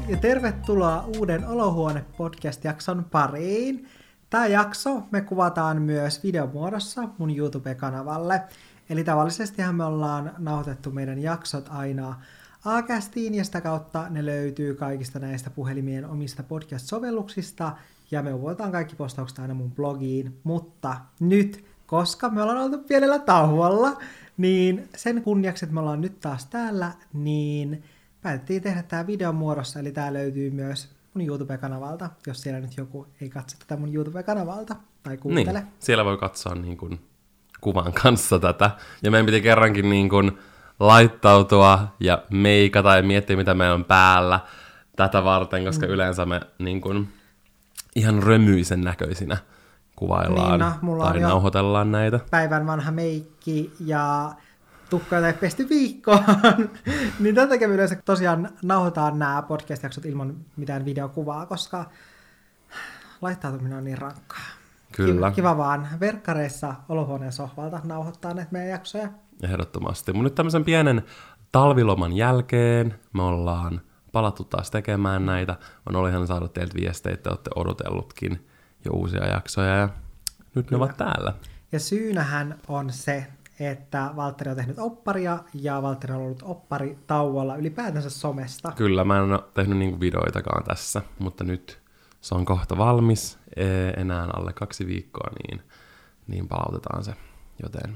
ja tervetuloa uuden Olohuone-podcast-jakson pariin. Tämä jakso me kuvataan myös videomuodossa mun YouTube-kanavalle. Eli tavallisestihan me ollaan nauhoitettu meidän jaksot aina Acastiin ja sitä kautta ne löytyy kaikista näistä puhelimien omista podcast-sovelluksista ja me uvotaan kaikki postaukset aina mun blogiin. Mutta nyt, koska me ollaan oltu pienellä tauolla, niin sen kunniaksi, että me ollaan nyt taas täällä, niin päätettiin tehdä tää videon muodossa, eli tää löytyy myös mun YouTube-kanavalta, jos siellä nyt joku ei katso tätä mun YouTube-kanavalta tai kuuntele. Niin, siellä voi katsoa niin kuin kuvan kanssa tätä. Ja meidän piti kerrankin niin kuin laittautua ja meikata ja miettiä, mitä meillä on päällä tätä varten, koska yleensä me niin kuin ihan römyisen näköisinä kuvaillaan tai nauhoitellaan näitä. Päivän vanha meikki ja tukka, jota ei pesty viikkoon. Niin tämän takia me yleensä tosiaan nauhoitetaan nämä podcast-jaksot ilman mitään videokuvaa, koska laittautuminen on niin rankkaa. Kyllä. Kiva vaan verkkareissa olohuoneen sohvalta nauhoittaa näitä meidän jaksoja. Ehdottomasti. Mun nyt tämmöisen pienen talviloman jälkeen me ollaan palattu taas tekemään näitä. On ihan saanut teiltä viestejä, että olette odotellutkin jo uusia jaksoja ja nyt ne ovat täällä. Ja syynähän on se, että Valtteri on tehnyt opparia ja Valtteri on ollut oppari tauolla ylipäätänsä somesta. Kyllä, mä en ole tehnyt niinku videoitakaan tässä, mutta nyt se on kohta valmis. Enää alle 2 viikkoa, niin palautetaan se. Joten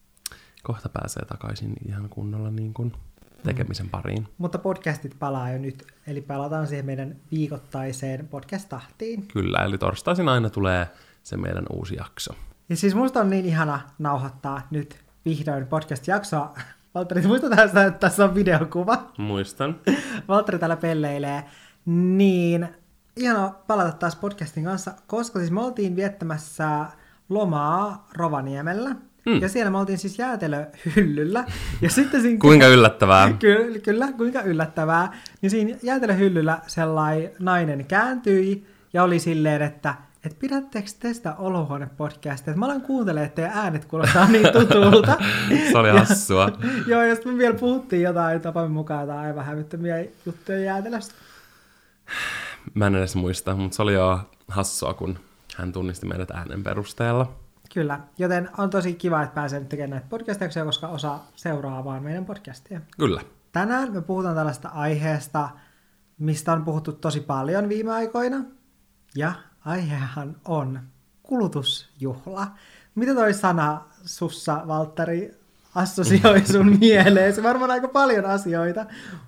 kohta pääsee takaisin ihan kunnolla niin kuin tekemisen pariin. Mutta podcastit palaa jo nyt, eli palataan siihen meidän viikoittaiseen podcast-tahtiin. Kyllä, eli torstaisin aina tulee se meidän uusi jakso. Ja siis musta on niin ihana nauhoittaa nyt vihdoin podcast-jaksoa. Valtteri, muistetaan sitä, että tässä on videokuva. Muistan. Valtteri täällä pelleilee. Niin ihana palata taas podcastin kanssa, koska siis me oltiin viettämässä lomaa Rovaniemellä. Ja siellä me oltiin siis jäätelöhyllyllä. Ja sitten siinä kuinka yllättävää. Kyllä, kuinka yllättävää. Niin siinä jäätelöhyllyllä sellainen nainen kääntyi ja oli silleen, että pidättekö te sitä Olohuone-podcastia? Mä aloin kuuntelemaan, että teidän äänet kuulostaa niin tutulta. Se oli hassua. Joo, ja sitten me vielä puhuttiin jotain tapamme mukaan jotain aivan hävyttömiä juttuja jäätelöstä. Mä en edes muista, mutta se oli jo hassua, kun hän tunnisti meidät äänen perusteella. Kyllä, joten on tosi kiva, että pääsee nyt tekemään näitä podcastia, koska osa seuraa vaan meidän podcastia. Kyllä. Tänään me puhutaan tällaista aiheesta, mistä on puhuttu tosi paljon viime aikoina. Ja aihehan on kulutusjuhla. Mitä toi sana sussa, Valtteri, assosioi sun mieleen? Se varmaan aika paljon asioita.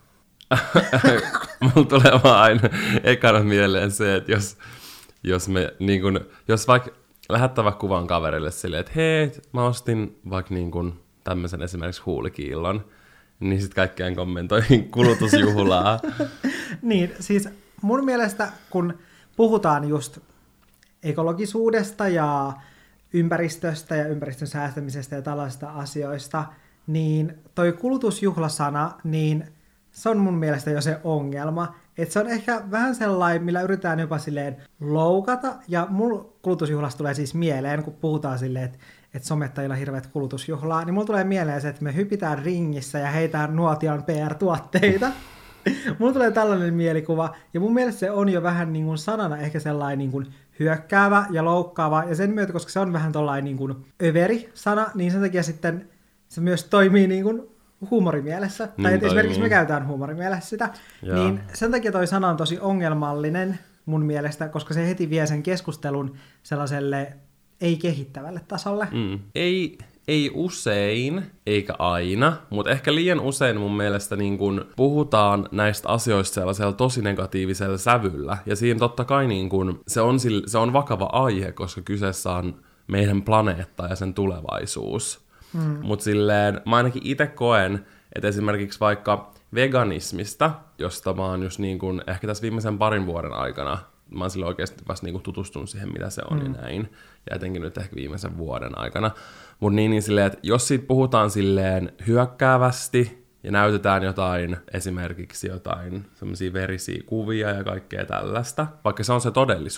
Mulla tulee vaan aina ekana mieleen se, että jos me niin kun, jos vaikka lähettävä kuvan kaverille silleen, että hei, mä ostin vaikka niin kun tämmöisen esimerkiksi huulikiillon, niin sit kaikkeen kommentoi kulutusjuhlaa. Niin, siis mun mielestä kun puhutaan just ekologisuudesta ja ympäristöstä ja ympäristön säästämisestä ja tällaisista asioista, niin toi kulutusjuhlasana, niin se on mun mielestä jo se ongelma. Että se on ehkä vähän sellainen, millä yritetään jopa silleen loukata. Ja mulla kulutusjuhlasta tulee siis mieleen, kun puhutaan silleen, että somettajilla on hirveät kulutusjuhlaa, niin mulla tulee mieleen se, että me hypitään ringissä ja heitään nuotion PR-tuotteita. Mulla tulee tällainen mielikuva, ja mun mielestä se on jo vähän niin kuin sanana ehkä sellainen niin kuin hyökkäävä ja loukkaava, ja sen myötä, koska se on vähän tollainen niin kuin överi sana, niin sen takia sitten se myös toimii niin kuin huumorimielessä, tai esimerkiksi me käytetään huumorimielessä sitä, niin sen takia toi sana on tosi ongelmallinen mun mielestä, koska se heti vie sen keskustelun sellaiselle ei-kehittävälle tasolle. Ei usein, eikä aina, mutta ehkä liian usein mun mielestä niin kun puhutaan näistä asioista sellaisella tosi negatiivisella sävyllä. Ja siinä totta kai niin kun, se on vakava aihe, koska kyseessä on meidän planeetta ja sen tulevaisuus. Mutta silleen, mä ainakin itse koen, että esimerkiksi vaikka veganismista, josta mä oon just niin kun, ehkä tässä viimeisen 2 vuoden aikana, mä oon silleen oikeasti vasta niin kun tutustunut siihen, mitä se on ja näin. Ja etenkin nyt ehkä viimeisen vuoden aikana. Mutta niin silleen, että jos siitä puhutaan silleen hyökkäävästi ja näytetään jotain, esimerkiksi jotain semmoisia verisiä kuvia ja kaikkea tällaista, vaikka se on se todellisuus,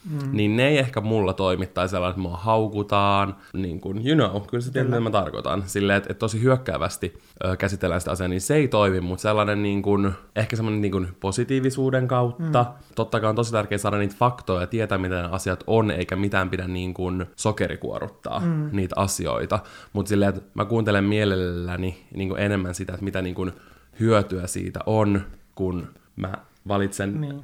niin ne ei ehkä mulla toimi, tai sellainen, että mua haukutaan, niin kuin, kyllä sä tiedät, mitä mä tarkoitan. Silleen, että tosi hyökkäävästi käsitellään sitä asiaa, niin se ei toimi, mutta sellainen niin kuin, ehkä semmoinen niin kuin positiivisuuden kautta. Totta kai on tosi tärkeää saada niitä faktoja ja tietää, mitä ne asiat on, eikä mitään pidä niin kuin sokerikuoruttaa niitä asioita. Mutta silleen, että mä kuuntelen mielelläni niin kuin enemmän sitä, että mitä niin kuin hyötyä siitä on, kun mä valitsen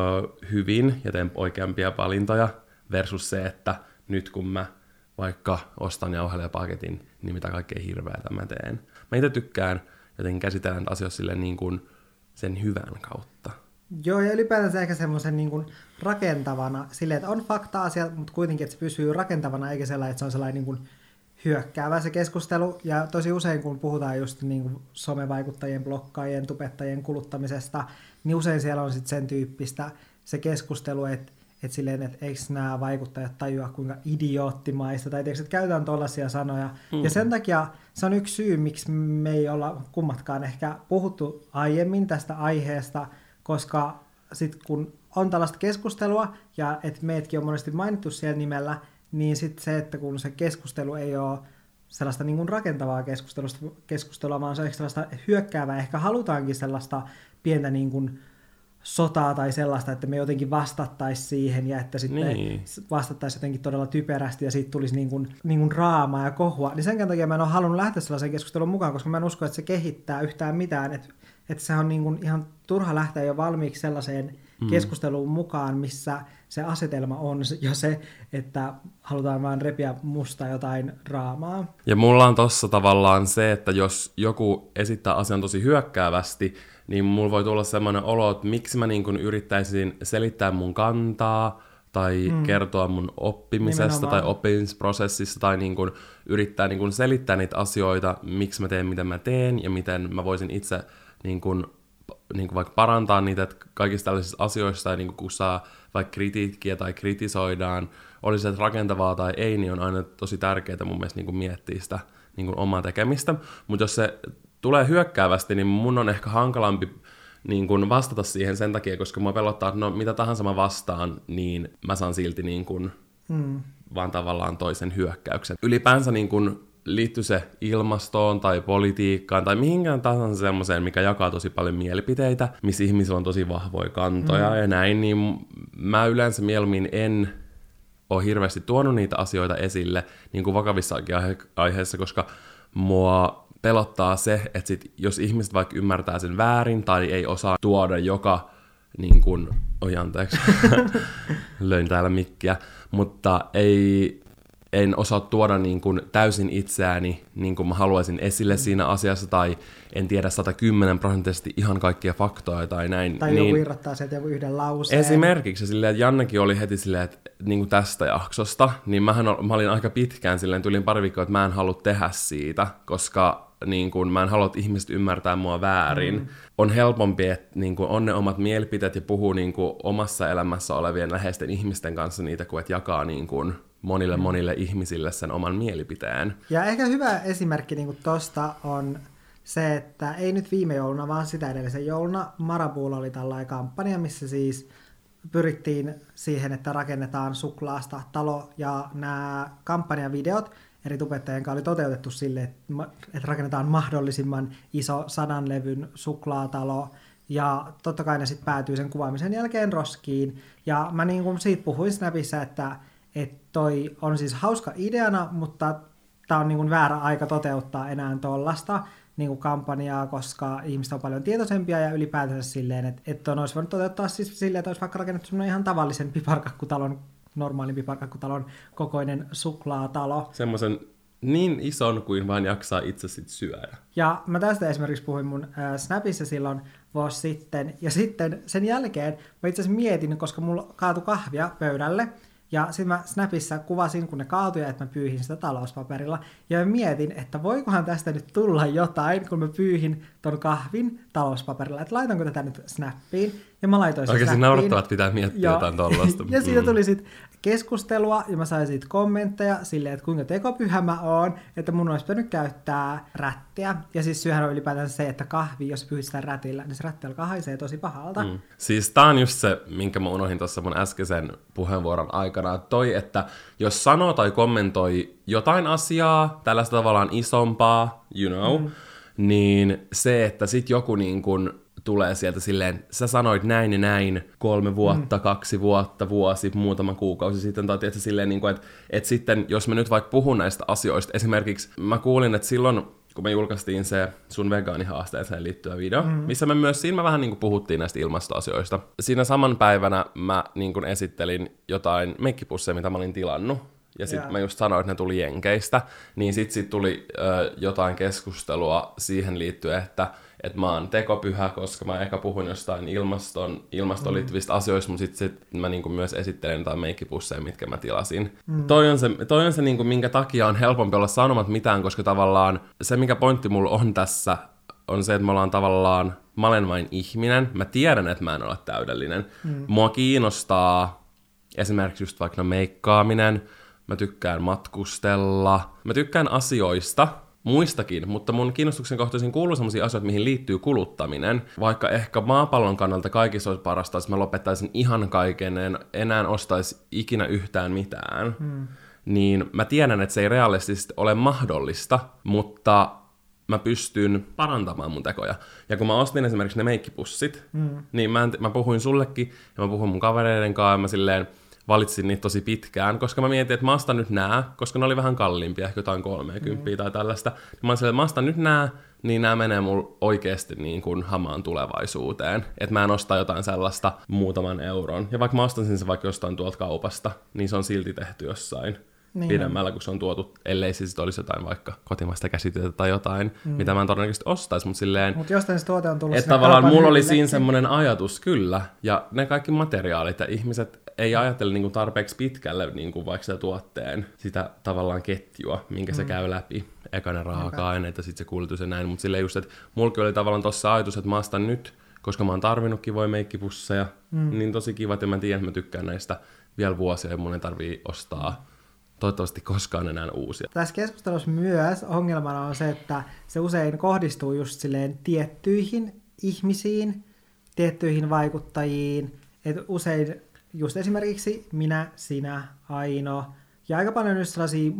hyvin ja teen oikeampia valintoja versus se, että nyt kun mä vaikka ostan jauhelijapaketin, niin mitä kaikkea hirveätä mä teen. Mä itse tykkään jotenkin käsitellä asioita silleen niin kuin sen hyvän kautta. Joo, ja ylipäätään ehkä semmoisen niin kuin rakentavana, silleen, että on fakta-asia, mutta kuitenkin, että se pysyy rakentavana, eikä sellainen, että se on sellainen niin kuin hyökkäävä se keskustelu. Ja tosi usein, kun puhutaan just niin kuin somevaikuttajien, blokkaajien, tubettajien kuluttamisesta, niin usein siellä on sitten sen tyyppistä se keskustelu, että silleen, että eikö nämä vaikuttajat tajua, kuinka idioottimaista, tai että käytetään tollaisia sanoja. Ja sen takia se on yksi syy, miksi me ei olla kummatkaan ehkä puhuttu aiemmin tästä aiheesta, koska sitten kun on tällaista keskustelua, ja että meidätkin on monesti mainittu siellä nimellä, niin sitten se, että kun se keskustelu ei ole sellaista niin kuin rakentavaa keskustelua, vaan se on ehkä sellaista hyökkäävää, ehkä halutaankin sellaista pientä niin kuin sotaa tai sellaista, että me jotenkin vastattaisiin siihen ja että sitten vastattaisiin jotenkin todella typerästi ja siitä tulisi niin kuin draamaa ja kohua. Niin sen takia mä en ole halunnut lähteä sellaiseen keskusteluun mukaan, koska mä en usko, että se kehittää yhtään mitään. Että se on niin kuin ihan turha lähteä jo valmiiksi sellaiseen keskusteluun mukaan, missä se asetelma on jo se, että halutaan vaan repiä musta jotain draamaa. Ja mulla on tossa tavallaan se, että jos joku esittää asian tosi hyökkäävästi, niin mulla voi tulla semmoinen olo, että miksi mä niin kun yrittäisin selittää mun kantaa tai kertoa mun oppimisesta tai oppimisprosessista tai niin kun yrittää niin kun selittää niitä asioita, miksi mä teen, mitä mä teen ja miten mä voisin itse niin kun vaikka parantaa niitä, että kaikista tällaisista asioista, niin kun saa vaikka kritiikkiä tai kritisoidaan, olisi se rakentavaa tai ei, niin on aina tosi tärkeää mun mielestä niin miettiä sitä niin omaa tekemistä. Mutta jos se tulee hyökkäävästi, niin mun on ehkä hankalampi niin kun vastata siihen sen takia, koska mua pelottaa, että no mitä tahansa mä vastaan, niin mä saan silti niin kun vaan tavallaan toisen hyökkäyksen. Ylipäänsä niin kun liittyy se ilmastoon tai politiikkaan tai mihinkään tahansa semmoiseen, mikä jakaa tosi paljon mielipiteitä, missä ihmisillä on tosi vahvoja kantoja ja näin, niin mä yleensä mieluummin en ole hirveästi tuonut niitä asioita esille niin kuin vakavissakin aiheissa, koska mua pelottaa se, että sit, jos ihmiset vaikka ymmärtää sen väärin tai ei osaa tuoda joka niin kuin, anteeksi, löin täällä mikkiä, mutta en osaa tuoda niin kuin täysin itseäni niin kuin mä haluaisin esille siinä asiassa, tai en tiedä 110% ihan kaikkia faktoja tai näin. Tai joku irrottaa sieltä joku yhden lauseen. Esimerkiksi silleen, että Jannekin oli heti silleen, että niin kuin tästä jaksosta, niin mä olin aika pitkään silleen, tulin pari viikkoa, että mä en halua tehdä siitä, koska niin kuin, mä en halua, että ihmiset ymmärtää mua väärin. On helpompi, että niin kuin, on ne omat mielipiteet ja puhuu niin kuin, omassa elämässä olevien läheisten ihmisten kanssa niitä, kuin että jakaa niin kuin, monille ihmisille sen oman mielipiteen. Ja ehkä hyvä esimerkki niin tosta on se, että ei nyt viime jouluna, vaan sitä edellisen jouluna Marabuulla oli tällainen kampanja, missä siis pyrittiin siihen, että rakennetaan suklaasta talo, ja nämä kampanjavideot eri tubettajien kanssa oli toteutettu sille, että rakennetaan mahdollisimman iso 100 levyn suklaatalo, ja totta kai ne sitten päätyy sen kuvaamisen jälkeen roskiin, ja mä niin kuin siitä puhuin Snapissa, että toi on siis hauska ideana, mutta tää on niin kuin väärä aika toteuttaa enää tollasta niin kuin kampanjaa, koska ihmiset on paljon tietoisempia ja ylipäätänsä silleen, että olisi voinut toteuttaa siis silleen, että olisi vaikka rakennettu semmoinen ihan tavallisen piparkakkutalon, normaalin piparkakkutalon kokoinen suklaatalo. Semmoisen niin ison kuin vaan jaksaa itse sit syödä. Ja mä tästä esimerkiksi puhuin mun Snapissa silloin vuosi sitten, ja sitten sen jälkeen mä itse asiassa mietin, koska mulla kaatui kahvia pöydälle, ja sitten mä Snapissa kuvasin, kun ne kaatuja, että mä pyyhin sitä talouspaperilla. Ja mä mietin, että voikohan tästä nyt tulla jotain, kun mä pyyhin ton kahvin talouspaperilla. Että laitanko tätä nyt Snappiin. Ja mä laitoin sen Oikeasti sättiin. naurattavat pitää miettiä jotain tollaista. Ja siitä tuli sitten keskustelua, ja mä sain siitä kommentteja silleen, että kuinka tekopyhä mä oon, että mun olisi pitänyt käyttää rättiä. Ja siis syöhän on ylipäätään se, että kahvi, jos pyhistää rätillä, niin se rätti alkaa haisee tosi pahalta. Siis tää on just se, minkä mä unohdin tuossa mun äskeisen puheenvuoron aikana, että jos sanoo tai kommentoi jotain asiaa, tällaista tavallaan isompaa, niin se, että sit joku niin kun tulee sieltä silleen, sä sanoit näin ja näin 3 vuotta, 2 vuotta, vuosi, muutama kuukausi sitten, tai tietysti silleen, niin kuin, että sitten, jos mä nyt vaikka puhun näistä asioista, esimerkiksi mä kuulin, että silloin, kun me julkaistiin se sun vegaanihaasteeseen liittyvä video, missä me myös siinä vähän niin kuin puhuttiin näistä ilmastoasioista. Siinä saman päivänä mä niin kuin esittelin jotain meikkipusseja, mitä mä olin tilannut, ja sitten mä just sanoin, että ne tuli Jenkeistä, niin sitten tuli jotain keskustelua siihen liittyen, että mä oon tekopyhä, koska mä ehkä puhun jostain ilmastoon liittyvistä asioista, mutta sitten mä niinku myös esittelen jotain meikkipusseja, mitkä mä tilasin. Toi on se niinku, minkä takia on helpompi olla sanomatta mitään, koska tavallaan se, mikä pointti mulla on tässä, on se, että mä olen vain ihminen. Mä tiedän, että mä en ole täydellinen. Mua kiinnostaa esimerkiksi just vaikka meikkaaminen, mä tykkään matkustella, mä tykkään asioista, muistakin, mutta mun kiinnostuksen kohtaisin kuuluu sellaisia asioita, mihin liittyy kuluttaminen. Vaikka ehkä maapallon kannalta kaikissa olisi parasta, jos mä lopettaisin ihan kaiken, en enää ostaisi ikinä yhtään mitään. Niin mä tiedän, että se ei realistisesti ole mahdollista, mutta mä pystyn parantamaan mun tekoja. Ja kun mä ostin esimerkiksi ne meikkipussit, niin mä puhuin sullekin, ja mä puhuin mun kavereiden kanssa, ja mä silleen valitsin niitä tosi pitkään, koska mä mietin, että mä ostan nyt nää, koska ne oli vähän kalliimpia, ehkä jotain 30 tai tällaista. Mä olin silleen, että mä ostan nyt nää, niin nää menee mulla oikeesti niin kuin hamaan tulevaisuuteen. Että mä en osta jotain sellaista muutaman euron. Ja vaikka mä ostansin se vaikka jostain tuolta kaupasta, niin se on silti tehty jossain pidemmällä, kun se on tuotu, ellei siis olisi jotain vaikka kotimaista käsityötä tai jotain, mitä mä en todennäköisesti ostaisi, mutta silleen... Mutta jostain se tuote on tullut että tavallaan mulla oli siinä semmoinen ajatus, kyllä, ja ne kaikki materiaalit, ja ihmiset ei ajattele niin kuin tarpeeksi pitkälle niin kuin vaikka sitä tuotteen, sitä tavallaan ketjua, minkä se käy läpi. Eka ne raaka-aineet ja sitten se kuljetus ja näin, mutta silleen just, että mullakin oli tavallaan tossa ajatus, että mä ostan nyt, koska mä oon tarvinnut kivoja meikkipusseja, niin tosi kivat, ja mä tiedän, että mä tykkään näistä vielä vuosia, ja mun ei tarvii ostaa toivottavasti koskaan enää uusia. Tässä keskustelussa myös ongelmana on se, että se usein kohdistuu just silleen tiettyihin ihmisiin, tiettyihin vaikuttajiin, että usein just esimerkiksi minä, sinä, Aino, ja aika paljon nyt sellaisia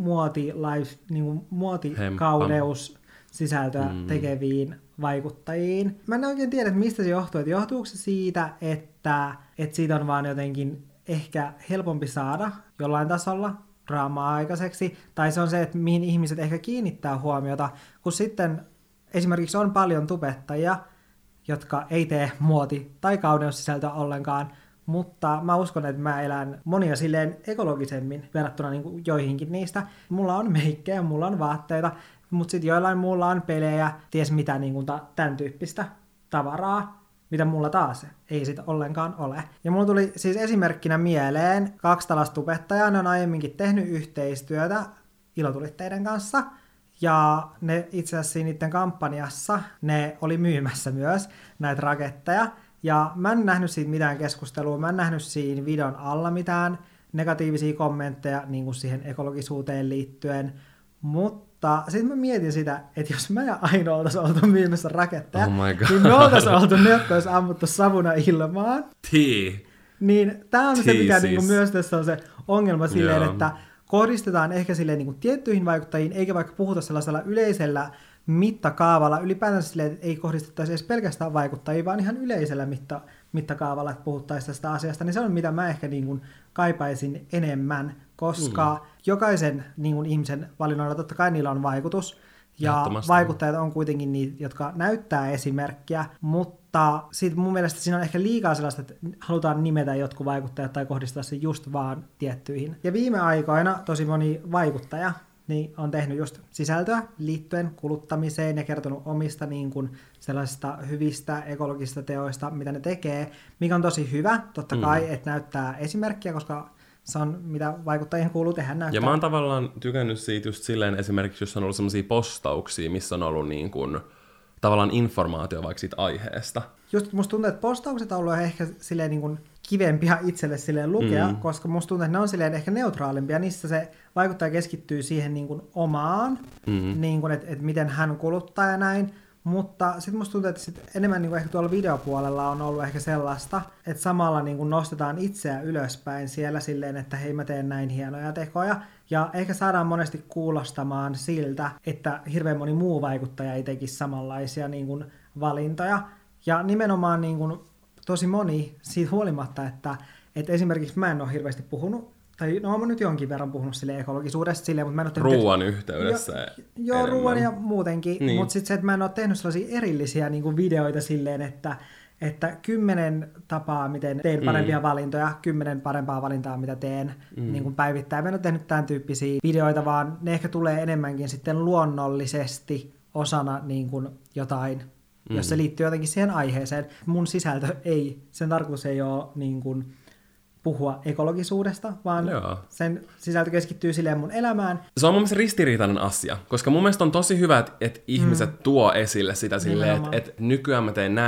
muotikauneus-sisältöä tekeviin vaikuttajiin. Mä en oikein tiedä, että mistä se johtuu. Että johtuuko se siitä, että siitä on vaan jotenkin ehkä helpompi saada jollain tasolla draamaa aikaiseksi, tai se on se, että mihin ihmiset ehkä kiinnittää huomiota, kun sitten esimerkiksi on paljon tubettajia, jotka ei tee muoti- tai kauneussisältöä ollenkaan, mutta mä uskon, että mä elän monia silleen ekologisemmin verrattuna niin kuin joihinkin niistä. Mulla on meikkejä, mulla on vaatteita, mutta sitten joillain muulla on pelejä, ties mitä niin kuin tämän tyyppistä tavaraa, mitä mulla taas ei sitä ollenkaan ole. Ja mulla tuli siis esimerkkinä mieleen 2 tällaista tubettajaa, ne on aiemminkin tehnyt yhteistyötä ilotulitteiden kanssa, ja ne itse asiassa niiden kampanjassa ne oli myymässä myös näitä raketteja, ja mä en nähnyt siitä mitään keskustelua, mä en nähnyt siinä videon alla mitään negatiivisia kommentteja niin kuin siihen ekologisuuteen liittyen, mutta sitten mä mietin sitä, että jos mä ja Aino oltaisiin oltu myymässä raketteja, niin me oltaisiin oltu ne, jotka olisi ammuttu savuna ilmaan. Niin tää on se, mikä niinku myös tässä on se ongelma silleen, että kohdistetaan ehkä silleen niinku tiettyihin vaikuttajiin, eikä vaikka puhuta sellaisella yleisellä mittakaavalla, ylipäätään silleen, että ei kohdistettaisi edes pelkästään vaikuttajiin, vaan ihan yleisellä mittakaavalla, että puhuttaisiin tästä asiasta, niin se on mitä mä ehkä niinku kaipaisin enemmän, koska jokaisen niin kuin ihmisen valinnoilla totta kai niillä on vaikutus, ja vaikuttajat on kuitenkin niitä, jotka näyttää esimerkkiä, mutta siitä mun mielestä siinä on ehkä liikaa sellaista, että halutaan nimetä jotkut vaikuttajat tai kohdistaa se just vaan tiettyihin. Ja viime aikoina tosi moni vaikuttaja niin on tehnyt just sisältöä liittyen kuluttamiseen ja kertonut omista niin kuin sellaisista hyvistä ekologisista teoista, mitä ne tekee, mikä on tosi hyvä, totta kai, että näyttää esimerkkiä, koska se on, mitä vaikuttajien kuuluu tehdä näyttää. Ja mä oon tavallaan tykännyt siitä just silleen esimerkiksi, jos on ollut sellaisia postauksia, missä on ollut niin kuin, tavallaan informaatio vaikka siitä aiheesta. just musta tuntuu, että postaukset on ollut ehkä silleen niin kuin kivempia itselle silleen lukea, koska musta tuntuu, että ne on silleen ehkä neutraalimpia. Niissä se vaikuttaja keskittyy siihen niin kuin omaan, niin kuin, että miten hän kuluttaa ja näin. Mutta sitten musta tuntuu, että sit enemmän niin kuin ehkä tuolla videopuolella on ollut ehkä sellaista, että samalla niin kuin nostetaan itseä ylöspäin siellä silleen, että hei mä teen näin hienoja tekoja. Ja ehkä saadaan monesti kuulostamaan siltä, että hirveän moni muu vaikuttaja ei tekisi samanlaisia niin kuin valintoja. Ja nimenomaan niin kuin tosi moni siitä huolimatta, että esimerkiksi mä en ole hirveästi puhunut, tai no mä nyt jonkin verran puhunut sille ekologisuudesta silleen, mutta mä en ole tehnyt... Ruuan yhteydessä Joo, ruuan ja muutenkin, niin. Mutta sitten se, että mä en ole tehnyt sellaisia erillisiä niin kuin videoita silleen, että 10 tapaa, miten teen parempia valintoja, 10 parempaa valintaa, mitä teen niin kuin päivittäin. Mä en ole tehnyt tämän tyyppisiä videoita, vaan ne ehkä tulee enemmänkin sitten luonnollisesti osana niin kuin jotain, jos se liittyy jotenkin siihen aiheeseen. Mun sisältö ei, sen tarkoitus ei ole niin kuin puhua ekologisuudesta, vaan sen sisältö keskittyy silleen mun elämään. Se on mun mielestä ristiriitainen asia, koska mun mielestä on tosi hyvä, että ihmiset tuo esille sitä silleen, että nykyään mä teen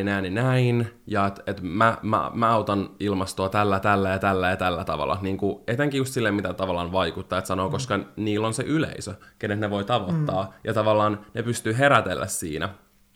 näin, ja että mä autan ilmastoa tällä tavalla. Niin kuin, etenkin just silleen, mitä tavallaan vaikuttaa, että sanoo, koska niillä on se yleisö, kenet ne voi tavoittaa, ja tavallaan ne pystyy herätellä siinä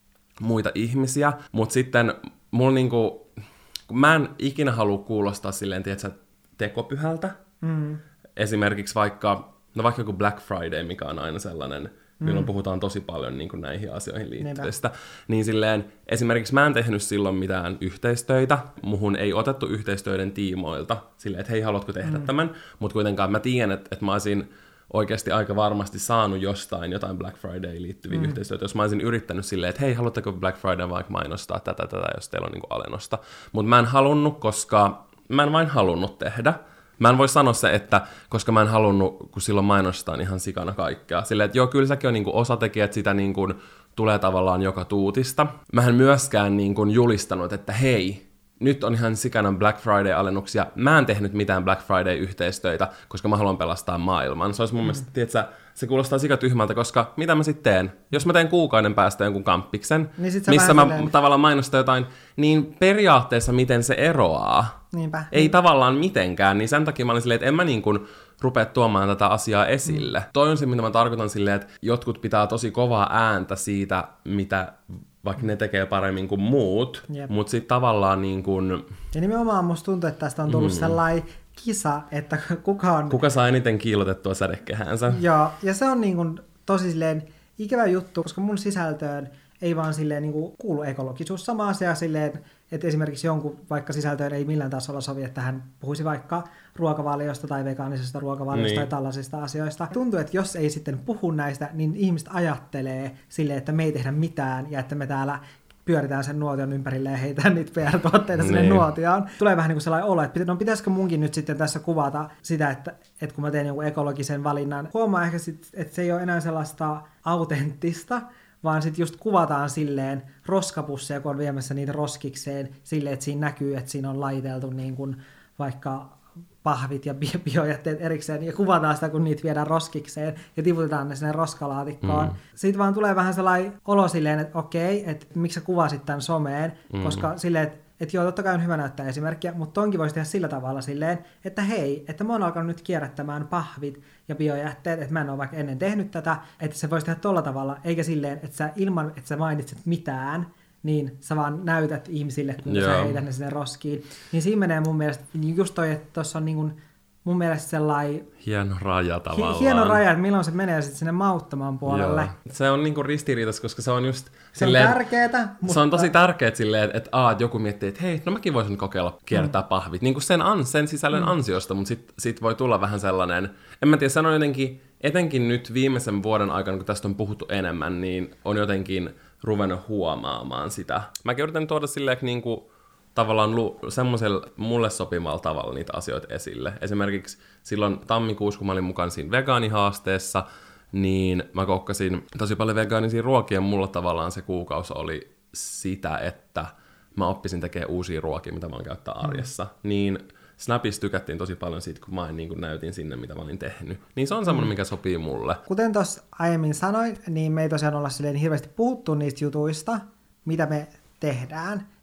muita ihmisiä, mutta sitten mulla niinku... Mä en ikinä halua kuulostaa silleen, tiedätkö, tekopyhältä. Esimerkiksi vaikka joku Black Friday, mikä on aina sellainen, milloin puhutaan tosi paljon niin kuin näihin asioihin liittyvistä. Niin silleen, esimerkiksi mä en tehnyt silloin mitään yhteistöitä. Muhun ei otettu yhteistöiden tiimoilta silleen, että hei, haluatko tehdä tämän? Mutta kuitenkaan mä tiedän, että mä olisin oikeasti aika varmasti saanut jostain jotain Black Friday liittyviä yhteistyötä, jos mä olisin yrittänyt silleen, että hei, haluatteko Black Friday vaikka mainostaa tätä, jos teillä on niin kuin alennusta. Mutta mä en halunnut, koska mä en vain halunnut tehdä. Mä en voi sanoa se, että koska mä en halunnut, kun silloin mainostaa ihan sikana kaikkea. Silleen, että joo, kyllä säkin on niin kuin osatekijät, sitä niin kuin tulee tavallaan joka tuutista. Mä en myöskään niin kuin julistanut, että hei, nyt on ihan sikanan Black Friday-alennuksia. Mä en tehnyt mitään Black Friday-yhteistöitä, koska mä haluan pelastaa maailman. Se olisi mun mielestä, tiedätkö, se kuulostaa sikatyhmältä, koska mitä mä sitten teen? Jos mä teen kuukauden päästä jonkun kamppiksen, niin missä mä tavallaan mainostan jotain, niin periaatteessa miten se eroaa? Niinpä. Ei tavallaan mitenkään, niin sen takia mä olin silleen, että en mä niin kuin rupea tuomaan tätä asiaa esille. Toi on se, mitä mä tarkoitan silleen, että jotkut pitää tosi kovaa ääntä siitä, mitä vaikka ne tekee paremmin kuin muut, mutta sitten tavallaan niin kuin... Ja nimenomaan musta tuntuu, että tästä on tullut sellainen kisa, että Kuka saa eniten kiilotettua sädekehäänsä. Joo, ja se on niin kuin tosi silleen ikävä juttu, koska mun sisältöön ei vaan silleen niin kuin kuulu ekologisuus. Sama asia silleen, että esimerkiksi jonkun vaikka sisältöön ei millään tasolla sovi, että hän puhuisi vaikka ruokavaliosta tai vegaanisesta ruokavaliosta tai tällaisista asioista. Tuntuu, että jos ei sitten puhu näistä, niin ihmiset ajattelee silleen, että me ei tehdä mitään ja että me täällä pyöritään sen nuotion ympärille ja heitään niitä PR-tuotteita sinne nuotioon. Tulee vähän niin kuin sellainen olo, että pitäisikö munkin nyt sitten tässä kuvata sitä, että kun mä teen jonkun ekologisen valinnan. Huomaa ehkä sitten, että se ei ole enää sellaista autenttista, vaan sitten just kuvataan silleen roskapusseja, kun on viemässä niitä roskikseen, silleen, että siinä näkyy, että siinä on laiteltu niin kuin vaikka pahvit ja biojätteet erikseen, ja kuvataan sitä, kun niitä viedään roskikseen, ja tiputetaan ne sinne roskalaatikkoon. Sitten vaan tulee vähän sellainen olo silleen, että okei, että miksi sä kuvasit tämän someen, koska silleen, että joo, totta kai on hyvä näyttää esimerkkiä, mutta tonkin voisi tehdä sillä tavalla silleen, että hei, että mä oon alkanut nyt kierrättämään pahvit ja biojätteet, että mä en ole vaikka ennen tehnyt tätä, että se voisi tehdä tolla tavalla, eikä silleen, että sä ilman, että sä mainitset mitään, niin sä vaan näytät ihmisille, kun sä heität ne sinne roskiin. Niin siinä menee mun mielestä just toi, että tuossa on niin kuin mun mielestä sellainen... Hieno raja tavallaan. Hieno raja, että milloin se menee sitten sinne mauttoman puolelle. Joo. Se on niinku ristiriitas, koska se on just... Se on tärkeetä, mutta... Se on tosi tärkeää silleen, että joku miettii, että hei, no mäkin voisin kokeilla kiertää pahvit. Niin kuin sen sisällön ansiosta, mutta sit voi tulla vähän sellainen... En mä tiedä, se on jotenkin... Etenkin nyt viimeisen vuoden aikana, kun tästä on puhuttu enemmän, niin on jotenkin ruvennut huomaamaan sitä. Mäkin yritän tuoda silleen, että niinku... tavallaan semmoisella mulle sopimalla tavalla niitä asioita esille. Esimerkiksi silloin tammikuussa, kun mä olin mukana siinä vegaanihaasteessa, niin mä kokkasin tosi paljon vegaanisia ruokia, ja mulla tavallaan se kuukausi oli sitä, että mä oppisin tekemään uusia ruokia, mitä mä oon käyttää arjessa. Niin Snapissa tykättiin tosi paljon siitä, kun mä niin näytin sinne, mitä mä olin tehnyt. Niin se on semmoinen, mikä sopii mulle. Kuten tuossa aiemmin sanoin, niin me ei tosiaan olla silleen hirveästi puhuttu niistä jutuista, mitä me tehdään.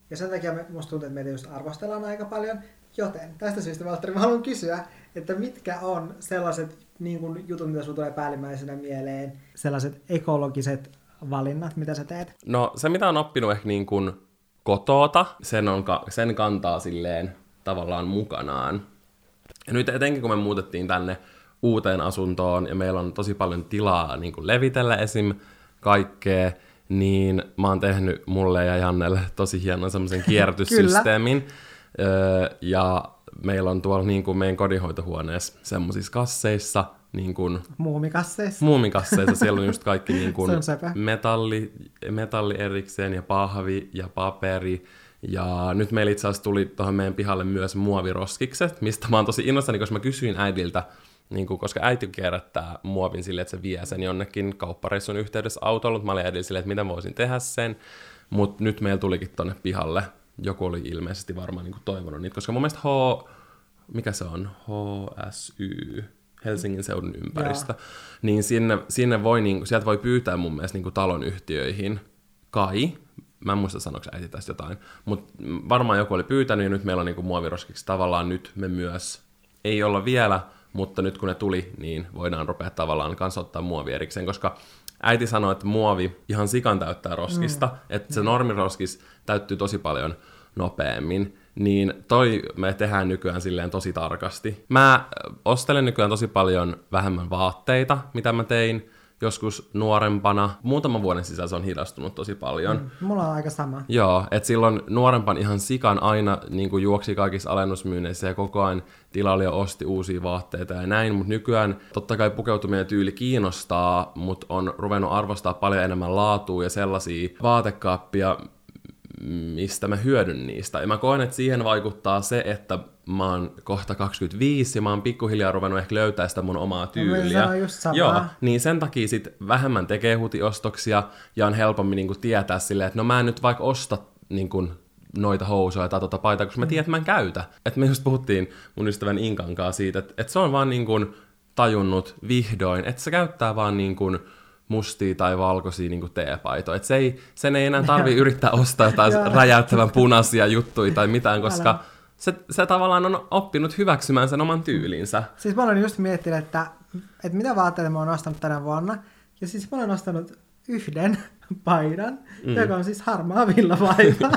Ja sen takia musta tuntuu, että meitä just arvostellaan aika paljon. Joten tästä syystä, Valtteri, mä haluan kysyä, että mitkä on sellaiset niin kun jutut, mitä sulla tulee päällimmäisenä mieleen, sellaiset ekologiset valinnat, mitä sä teet? No se, mitä on oppinut ehkä niin kuin kotoota, sen kantaa silleen tavallaan mukanaan. Ja nyt etenkin, kun me muutettiin tänne uuteen asuntoon, ja meillä on tosi paljon tilaa niin kuin levitellä esim. Kaikkea, niin mä oon tehnyt mulle ja Jannelle tosi hienon semmoisen kierrätyssysteemin. Ja meillä on tuolla niin kuin meidän kodinhoitohuoneessa semmoisissa niin kuin muumikasseissa. Siellä on just kaikki niin kuin metalli erikseen ja pahvi ja paperi. Ja nyt meillä itse asiassa tuli tuohon meidän pihalle myös muoviroskikset, mistä mä oon tosi innoissani, koska mä kysyin äidiltä, niin kuin, koska äiti kierrättää muovin silleen, että se vie sen jonnekin kauppareissun yhteydessä autolla. Mä olin äidillä silleen, että miten voisin tehdä sen. Mutta nyt meillä tulikin tonne pihalle. Joku oli ilmeisesti varmaan niin kuin toivonut niitä, koska mun mielestä mikä se on? HSY, Helsingin seudun ympäristö. Niin sinne voi, niin, sieltä voi pyytää mun mielestä niin kuin talonyhtiöihin kai. Mä en muista sanoksi äiti tästä jotain. Mutta varmaan joku oli pyytänyt ja nyt meillä on niin kuin muoviroskiksi. Tavallaan nyt me myös, ei olla vielä, mutta nyt kun ne tuli, niin voidaan rupea tavallaan kanssa ottaa muovi erikseen, koska äiti sanoi, että muovi ihan sikan täyttää roskista, että se normiroskis täyttyy tosi paljon nopeammin, niin toi me tehdään nykyään silleen tosi tarkasti. Mä ostelen nykyään tosi paljon vähemmän vaatteita, mitä mä tein joskus nuorempana. Muutaman vuoden sisällä se on hidastunut tosi paljon. Mulla on aika sama. Joo, että silloin nuorempan ihan sikan aina niin kuin juoksi kaikissa alennusmyynneissä ja koko ajan tilaili ja osti uusia vaatteita ja näin, mutta nykyään totta kai pukeutuminen tyyli kiinnostaa, mutta on ruvennut arvostaa paljon enemmän laatua ja sellaisia vaatekaappia, mistä mä hyödyn niistä. Ja mä koen, että siihen vaikuttaa se, että mä oon kohta 25 ja mä oon pikkuhiljaa ruvennut ehkä löytää sitä mun omaa tyyliä. No, just samaa. Joo, niin sen takia sit vähemmän tekee hutiostoksia ja on helpommin niinku tietää silleen, että no mä en nyt vaikka osta niinku noita housuja tai tota paitaa, koska mä tiedän, että mä en käytä. Että me just puhuttiin mun ystävän Inkan kanssa siitä, että se on vaan niinku tajunnut vihdoin, että se käyttää vaan niinku mustia tai valkoisia niin teepaitoja. Sen ei enää tarvitse yrittää ostaa jotain räjäyttävän punaisia juttuja tai mitään, koska se tavallaan on oppinut hyväksymään sen oman tyylinsä. Siis mä olen just miettinyt, että mitä vaatteita mä oon ostanut tänä vuonna. Ja siis mä olen ostanut yhden paidan, joka on siis harmaa villapaita.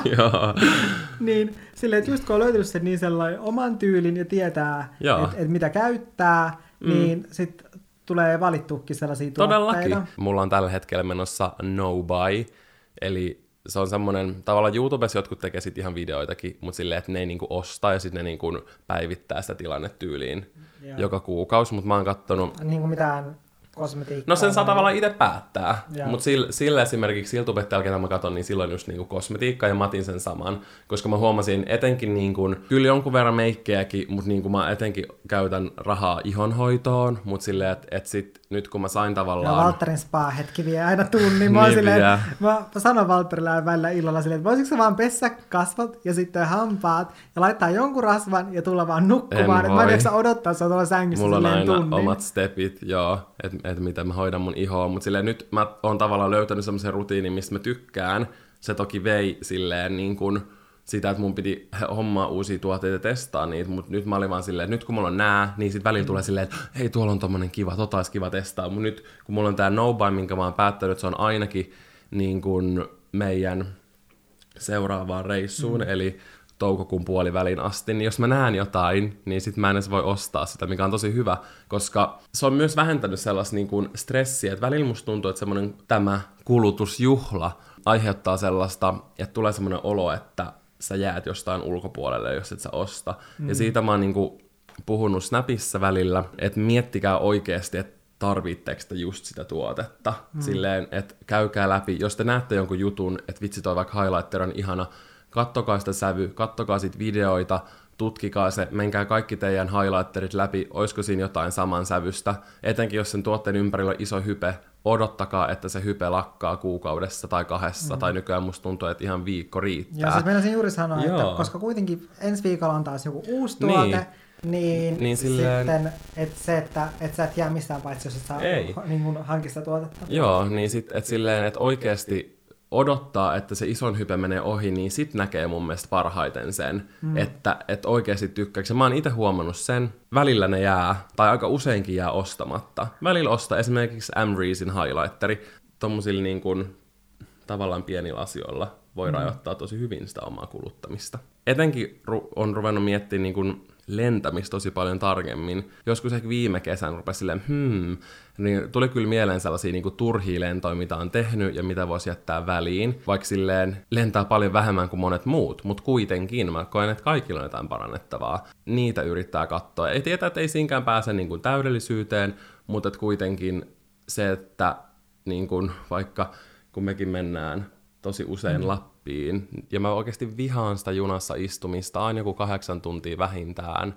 Niin silleen, että just kun on löytynyt sen niin sellainen oman tyylin ja tietää, että mitä käyttää, niin sitten tulee valittuukin sellaisia tuotteita. Todellakin. Mulla on tällä hetkellä menossa no buy, eli se on semmoinen, tavallaan YouTubessa jotkut tekee sit ihan videoitakin, mutta silleen, että ne ei niinku ostaa ja sitten ne niinku päivittää sitä tilannetyyliin joka kuukausi, mutta mä oon kattonut niin kuin mitään kosmetiikkaa. No sen saa tavallaan itse päättää, mutta sillä esimerkiksi siltubettajalla, ketä mä katon, niin silloin just niinku kosmetiikka ja mä otin sen saman, koska mä huomasin etenkin niinku, kyllä jonkun verran meikkejäkin, mutta niinku mä etenkin käytän rahaa ihonhoitoon, mutta silleen, että sit nyt kun mä sain tavallaan... No Valtterin spa-hetki vie aina tunnin. Mä, silleen, mä sanon Valtterille välillä illalla silleen, että voisitko sä vaan pessä kasvot ja sitten hampaat ja laittaa jonkun rasvan ja tulla vaan nukkumaan, että mä en jaksa odottaa, se on tuolla sängyssä mulla silleen tunnin. Mulla on aina omat stepit, joo, että miten mä hoidan mun ihoa, mutta silleen nyt mä oon tavallaan löytänyt semmoisen rutiinin, mistä mä tykkään. Se toki vei silleen niin kuin sitä, että mun piti hommaa uusia tuotteita ja testaa niitä, mutta nyt mä olin vaan silleen, että nyt kun mulla on nää, niin sit välillä tulee silleen, että hei, tuolla on tommonen kiva, olisi kiva testaa, mutta nyt kun mulla on tää no buy, minkä mä oon päättänyt, että se on ainakin niin kuin meidän seuraavaan reissuun, eli toukokuun puolivälin asti, niin jos mä näen jotain, niin sit mä en edes voi ostaa sitä, mikä on tosi hyvä, koska se on myös vähentänyt sellaista niin kuin stressiä, että välillä musta tuntuu, että semmoinen tämä kulutusjuhla aiheuttaa sellaista, että tulee semmoinen olo, että sä jäät jostain ulkopuolelle, jos et sä osta. Ja siitä mä oon niin kuin puhunut Snapissa välillä, että miettikää oikeasti, että tarvitteko te just sitä tuotetta. Silleen, että käykää läpi, jos te näette jonkun jutun, että vitsi toi vaikka highlighter on ihana, kattokaa sitä sävy, kattokaa sit videoita, tutkikaa se, menkää kaikki teidän highlighterit läpi, olisiko siinä jotain saman sävystä. Etenkin jos sen tuotteen ympärillä on iso hype, odottakaa, että se hype lakkaa kuukaudessa tai 2, tai nykyään musta tuntuu, että ihan viikko riittää. Ja siis meinasin juuri sanoa, että koska kuitenkin ensi viikolla on taas joku uusi tuote, niin sitten että sä et jää mistään paitsi, jos et saa niin hankista tuotetta. Joo, niin sitten että silleen, että oikeasti odottaa, että se ison hype menee ohi, niin sit näkee mun mielestä parhaiten sen, että oikeasti tykkääkö. Mä oon itse huomannut sen, välillä ne jää, tai aika useinkin jää ostamatta. Välillä ostaa esimerkiksi Amreesin highlighteri, tommosilla niin kuin tavallaan pienillä asioilla voi rajoittaa tosi hyvin sitä omaa kuluttamista. Etenkin on ruvennut miettimään niin kuin lentämistä tosi paljon tarkemmin. Joskus ehkä viime kesän rupesi silleen, niin tuli kyllä mieleen sellaisia niin kuin turhia lentoja, mitä on tehnyt ja mitä voisi jättää väliin. Vaikka silleen lentää paljon vähemmän kuin monet muut, mutta kuitenkin mä koen, että kaikilla on jotain parannettavaa. Niitä yrittää katsoa. Ei tietää, että ei siinkään pääse niin kuin täydellisyyteen, mutta että kuitenkin se, että niin kuin vaikka kun mekin mennään tosi usein Lappiin, ja mä oikeasti vihaan sitä junassa istumista aina joku 8 tuntia vähintään.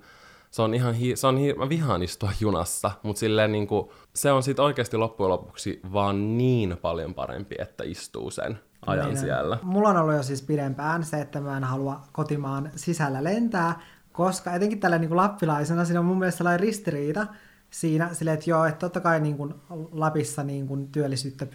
Mä vihaan istua junassa, mutta silleen niinku, se on sit oikeasti loppujen lopuksi vaan niin paljon parempi, että istuu sen ajan siellä. Mulla on ollut jo siis pidempään se, että mä en halua kotimaan sisällä lentää, koska etenkin tällä niinku lappilaisena siinä on mun mielestä sellainen ristiriita siinä, silleen, että joo, että totta kai niin kuin Lapissa niin kuin työllisyyttä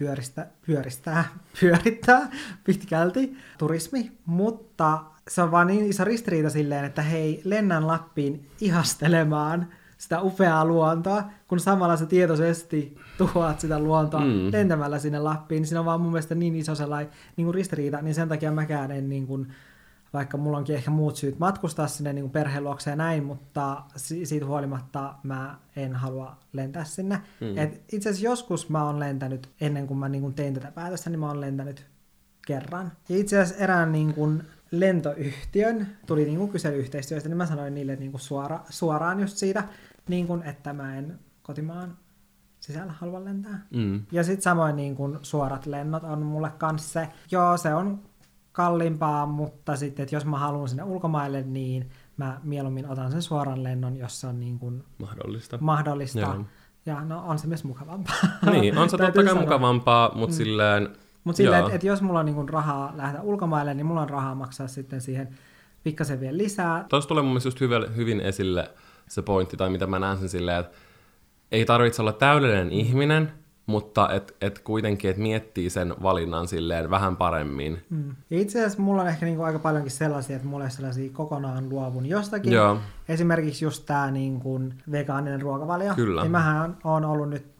pyörittää pitkälti turismi, mutta se on vaan niin iso ristiriita silleen, että hei, lennän Lappiin ihastelemaan sitä upeaa luontoa, kun samalla sä tietoisesti tuhoat sitä luontoa lentämällä sinne Lappiin, niin siinä on vaan mun mielestä niin iso sellainen niin kuin ristiriita, niin sen takia mäkään en niin kuin, vaikka mulla onkin ehkä muut syyt matkustaa sinne niin kuin perheen luokse ja näin, mutta siitä huolimatta mä en halua lentää sinne. Et itse asiassa joskus mä oon lentänyt, ennen kuin mä niin kuin tein tätä päätöstä, niin mä oon lentänyt kerran. Ja itse asiassa erään niin kuin lentoyhtiön tuli niin kuin kysely-yhteistyöstä, niin mä sanoin niille niin kuin suoraan just siitä, niin kuin, että mä en kotimaan sisällä halua lentää. Ja sitten samoin niin kuin suorat lennot on mulle kanssa se, joo se on kalliimpaa, mutta sitten, että jos mä haluan sinne ulkomaille, niin mä mieluummin otan sen suoran lennon, jos se on niin kuin mahdollista. Ja no on se myös mukavampaa. Niin, on se totta kai mukavampaa, mutta silleen... Mutta silleen, että jos mulla on niin kuin rahaa lähteä ulkomaille, niin mulla on rahaa maksaa sitten siihen pikkasen vielä lisää. Tuossa tulee mun mielestä just hyvin esille se pointti, tai mitä mä näen sen silleen, että ei tarvitse olla täydellinen ihminen, mutta et kuitenkin, että miettii sen valinnan silleen vähän paremmin. Ja itse asiassa mulla on ehkä niinku aika paljonkin sellaisia, että mulla on sellaisia kokonaan luovun jostakin. Joo. Esimerkiksi just tää niinku vegaaninen ruokavalio. Kyllä. Niin mähän on ollut nyt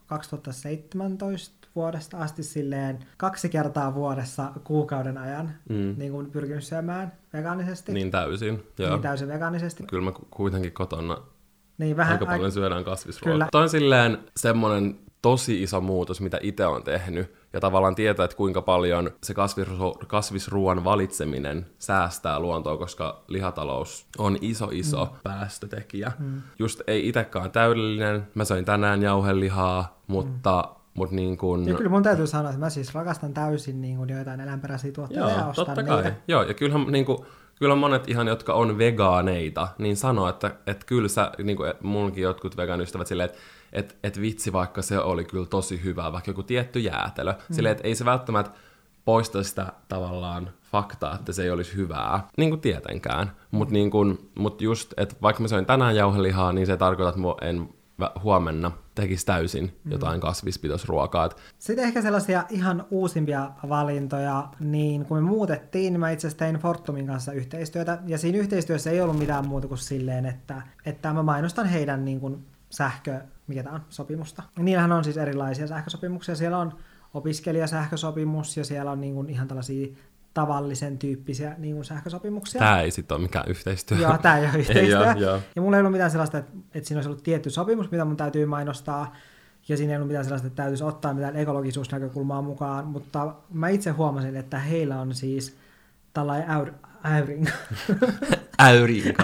2017 vuodesta asti silleen 2 kertaa vuodessa kuukauden ajan niin kuin pyrkinyt syömään vegaanisesti. Niin täysin. Joo. Niin täysin vegaanisesti. Kyllä mä kuitenkin kotona niin vähän aika paljon syödään kasvisruokaa. Toi on silleen semmonen tosi iso muutos, mitä itse on tehnyt, ja tavallaan tietää, että kuinka paljon se kasvisruoan valitseminen säästää luontoa, koska lihatalous on iso päästötekijä. Just ei itsekään täydellinen, mä söin tänään jauhelihaa, mutta niin kuin... Ja kyllä mun täytyy sanoa, että mä siis rakastan täysin niin kuin joitain eläinperäisiä tuotteita ja ostan totta kai. niitä. Joo, ja kyllähän niin kuin, kyllä monet ihan, jotka on vegaaneita, niin sanoo, että kyllä sä, niin kuin munkin jotkut vegaaniystävät silleen, että vitsi, vaikka se oli kyllä tosi hyvä, vaikka joku tietty jäätelö. Silleen, että ei se välttämättä poista sitä tavallaan faktaa, että se ei olisi hyvää. Niin kuin tietenkään. Mutta just, että vaikka mä söin tänään jauhelihaa, niin se tarkoittaa, että mä en huomenna tekisi täysin jotain kasvispitoisruokaa. Sitten ehkä sellaisia ihan uusimpia valintoja, niin kun me muutettiin, niin mä itse asiassa tein Fortumin kanssa yhteistyötä, ja siinä yhteistyössä ei ollut mitään muuta kuin silleen, että mä mainostan heidän niin kuin sopimusta. Niillähän on siis erilaisia sähkösopimuksia, siellä on opiskelijasähkösopimus, ja siellä on niin kuin ihan tällaisia tavallisen tyyppisiä niin kuin sähkösopimuksia. Tämä ei sitten ole mikään yhteistyö. Joo, tämä ei ole yhteistyö. Ei, ja mulla ei ollut mitään sellaista, että siinä olisi ollut tietty sopimus, mitä mun täytyy mainostaa, ja siinä ei ollut mitään sellaista, että täytyisi ottaa mitään ekologisuusnäkökulmaa mukaan, mutta mä itse huomasin, että heillä on siis tällainen äyrinko. Äyrinko.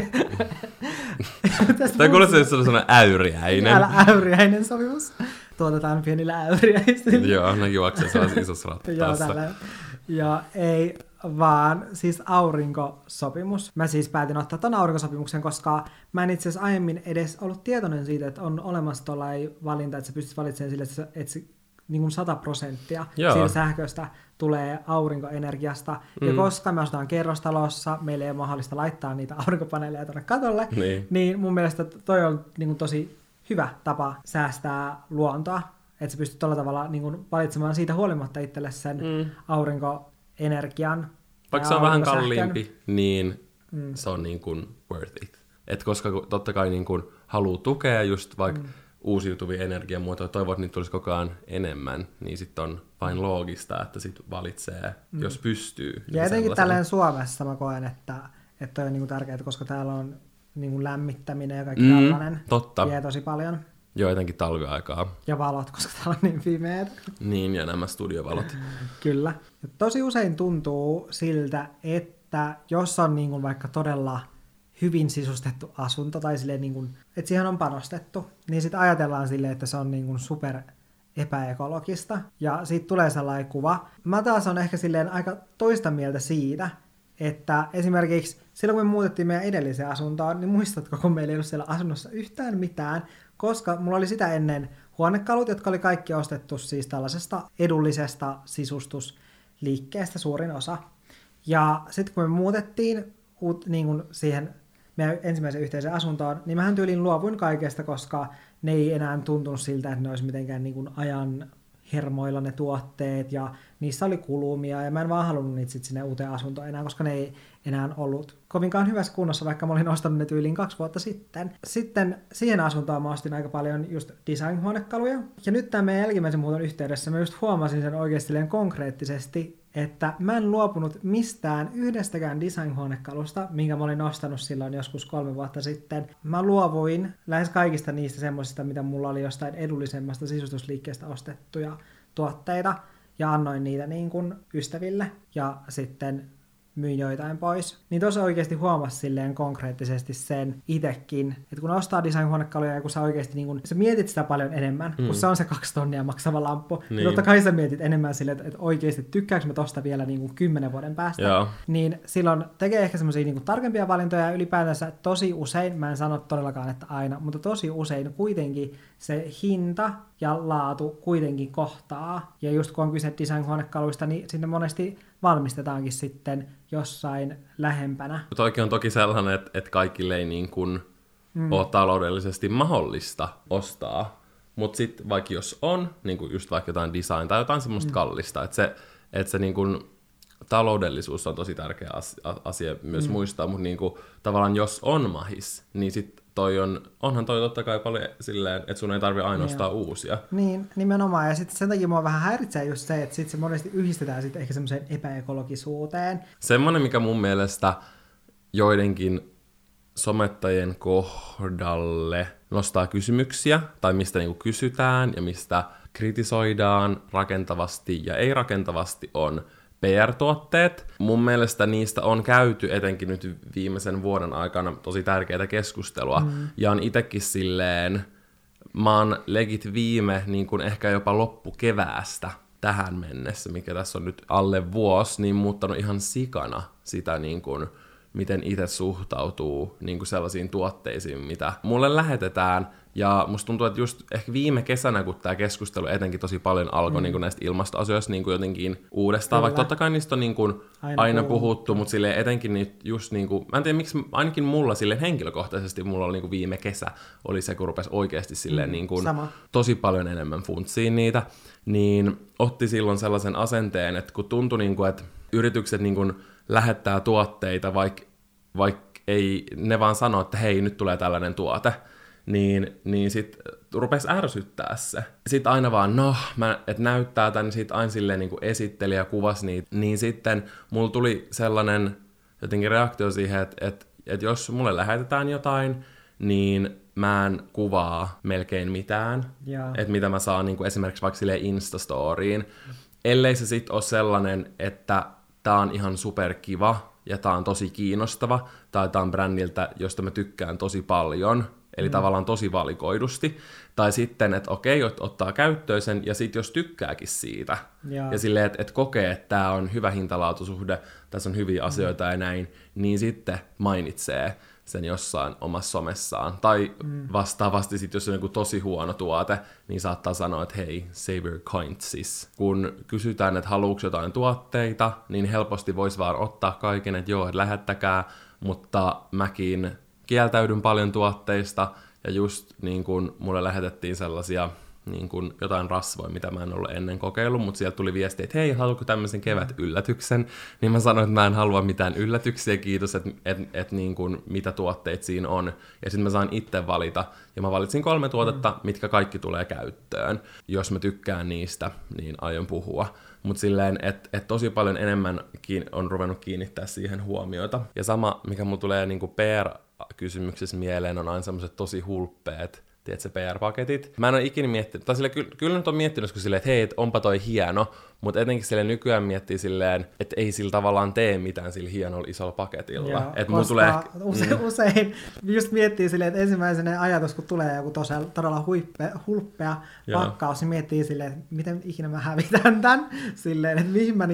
Tämä kuulostaa, että se on sellainen äyriäinen. Älä äyriäinen sopimus. Tuotetaan pienillä äyriäisillä. Joo, ne juoksee sellaisessa isossa rattaassa. Ja ei, vaan siis aurinkosopimus. Mä siis päätin ottaa ton aurinkosopimuksen, koska mä en itse asiassa aiemmin edes ollut tietoinen siitä, että on olemassa tollainen valinta, että sä pystyt valitsemaan sille, että se niin kuin 100% siitä sähköstä tulee aurinkoenergiasta. Ja koska me asutaan kerrostalossa, meillä ei ole mahdollista laittaa niitä aurinkopaneeleja tuonne katolle, niin mun mielestä toi on niin kuin tosi hyvä tapa säästää luontoa. että sä pystyt tuolla tavalla niin kuin valitsemaan siitä huolimatta itselle sen aurinkoenergian. Vaikka se on vähän kalliimpi, niin se on niin kuin worth it. Et koska totta kai niin kuin haluaa tukea just vaikka uusiutuvia energiamuotoja, toivoo, että niitä tulisi koko ajan enemmän, niin sitten on vain loogista, että sit valitsee, jos pystyy. Ja etenkin tälleen Suomessa mä koen, että toi on niin kuin tärkeää, koska täällä on niin kuin lämmittäminen ja kaikki tällainen vie tosi paljon. Joo, etenkin talviaikaa. Ja valot, koska täällä on niin pimeät. Niin, ja nämä studiovalot. Kyllä. Ja tosi usein tuntuu siltä, että jos on niin kuin vaikka todella hyvin sisustettu asunto, tai silleen niin kuin, että siihen on panostettu, niin sitten ajatellaan silleen, että se on niin kuin super epäekologista, ja siitä tulee sellainen kuva. Mä taas on ehkä silleen aika toista mieltä siitä, että esimerkiksi silloin kun me muutettiin meidän edelliseen asuntoon, niin muistatko, kun meillä ei ollut siellä asunnossa yhtään mitään, koska mulla oli sitä ennen huonekalut, jotka oli kaikki ostettu siis tällaisesta edullisesta sisustusliikkeestä suurin osa. Ja sitten kun me muutettiin niin kuin siihen meidän ensimmäisen yhteiseen asuntoon, niin mähän tyyliin luovuin kaikesta, koska ne ei enää tuntunut siltä, että ne olisi mitenkään niin kuin ajan hermoilla ne tuotteet, ja niissä oli kulumia, ja mä en vaan halunnut niitä sitten sinne uuteen asuntoon enää, koska ne ei enää ollut kovinkaan hyvässä kunnossa, vaikka mä olin ostanut ne tyyliin 2 vuotta sitten. Sitten siihen asuntoon mä ostin aika paljon just design-huonekaluja, ja nyt tämän meidän jälkimmäisen muuton yhteydessä mä just huomasin sen oikeasti konkreettisesti, että mä en luopunut mistään yhdestäkään design-huonekalusta, minkä mä olin ostanut silloin joskus 3 vuotta sitten. Mä luovuin lähes kaikista niistä semmoisista, mitä mulla oli jostain edullisemmasta sisustusliikkeestä ostettuja tuotteita, ja annoin niitä niin kuin ystäville, ja sitten myin joitain pois. Niin tuossa oikeasti huomasi silleen konkreettisesti sen itekin, että kun ostaa design-huonekaluja ja kun sä oikeasti niin kun, sä mietit sitä paljon enemmän, kun se on se 2 tonnia maksava lamppu, niin totta kai sä mietit enemmän silleen, että oikeasti tykkääkö mä tosta vielä niin kuin 10 vuoden päästä. Joo. Niin silloin tekee ehkä semmosia niin kuin tarkempia valintoja, ja ylipäätänsä tosi usein, mä en sano todellakaan, että aina, mutta tosi usein kuitenkin se hinta ja laatu kuitenkin kohtaa. Ja just kun on kyse design-huonekaluista, niin sinne monesti valmistetaankin sitten jossain lähempänä. Toikin on toki sellainen, että kaikille ei niin kuin ole taloudellisesti mahdollista ostaa. Mutta sitten vaikka jos on, niin kuin just vaikka jotain design tai jotain semmoista kallista, että se niin kuin taloudellisuus on tosi tärkeä asia myös muistaa, mutta niin kuin, tavallaan jos on mahis, niin sitten onhan toi totta kai paljon silleen, että sun ei tarvitse ainoastaan uusia. Niin, nimenomaan. Ja sitten sen takia mua vähän häiritsee just se, että sitten se monesti yhdistetään sitten ehkä semmoiseen epäekologisuuteen. Semmoinen, mikä mun mielestä joidenkin somettajien kohdalle nostaa kysymyksiä, tai mistä niinku kysytään ja mistä kritisoidaan rakentavasti ja ei rakentavasti, on PR-tuotteet. Mun mielestä niistä on käyty etenkin nyt viimeisen vuoden aikana tosi tärkeää keskustelua. Ja on itekin silleen, mä oon legit viime niin kun ehkä jopa loppukeväästä tähän mennessä, mikä tässä on nyt alle vuosi, niin muuttanut ihan sikana sitä niin kun, miten itse suhtautuu niin kun sellaisiin tuotteisiin, mitä mulle lähetetään. Ja musta tuntuu, että just ehkä viime kesänä, kun tämä keskustelu etenkin tosi paljon alkoi niin kuin näistä ilmastoasioista niin kuin jotenkin uudestaan, kyllä, vaikka totta kai niistä on niin kuin aina puhuttu, mutta silleen etenkin niitä just niin kuin, mä en tiedä miksi, ainakin mulla silleen henkilökohtaisesti mulla oli niin kuin viime kesä, oli se, kun rupesi oikeasti silleen niin kuin tosi paljon enemmän funtsiin niitä, niin otti silloin sellaisen asenteen, että kun tuntui niin kuin, että yritykset niin kuin lähettää tuotteita, vaikka ei ne vaan sano, että hei, nyt tulee tällainen tuote, niin sit rupesi ärsyttää se. Sitten aina vaan, että näyttää tän, sit aina silleen niin kuin esitteli ja kuvasi niitä. Niin sitten mulla tuli sellainen jotenkin reaktio siihen, että jos mulle lähetetään jotain, niin mä en kuvaa melkein mitään. Että mitä mä saan niin kuin esimerkiksi vaikka silleen Instastoriin. Ellei se sit ole sellainen, että tää on ihan superkiva ja tää on tosi kiinnostava, tai tää on brändiltä, josta mä tykkään tosi paljon, eli tavallaan tosi valikoidusti, tai sitten, että okei, ottaa käyttöön sen, ja sitten jos tykkääkin siitä, ja silleen, että kokee, että tämä on hyvä hintalaatusuhde, tässä on hyviä asioita ja näin, niin sitten mainitsee sen jossain omassa somessaan. Tai vastaavasti sitten, jos on joku tosi huono tuote, niin saattaa sanoa, että hei, save your coins. Kun kysytään, että haluuks jotain tuotteita, niin helposti voisi vaan ottaa kaiken, että joo, lähettäkää, mutta mäkin kieltäydyn paljon tuotteista, ja just niin kuin mulle lähetettiin sellaisia niin kuin jotain rasvoja, mitä mä en ollut ennen kokeillut, mutta sieltä tuli viesti, että hei, haluatko tämmöisen kevät-yllätyksen? Niin mä sanoin, että mä en halua mitään yllätyksiä, kiitos, että niin kuin, mitä tuotteet siinä on. Ja sitten mä saan itse valita, ja mä valitsin 3 tuotetta, mitkä kaikki tulee käyttöön. Jos mä tykkään niistä, niin aion puhua. Mutta silleen, että tosi paljon enemmän on ruvennut kiinnittää siihen huomiota. Ja sama, mikä mulla tulee niinku PR-kysymyksessä mieleen, on aina semmoiset tosi hulppeet, tiedätkö, PR-paketit. Mä en ole ikinä miettinyt, tai kyllä nyt on miettinyt silleen, että hei, onpa toi hieno, mutta etenkin silleen nykyään miettii silleen, että ei sillä tavallaan tee mitään sillä hienolla isolla paketilla. Että koska tulee usein just miettii silleen, että ensimmäisenä ajatus, kun tulee joku todella hulppea pakkaus, niin miettii silleen, että miten ikinä mä hävitän tämän, silleen, että mihin mä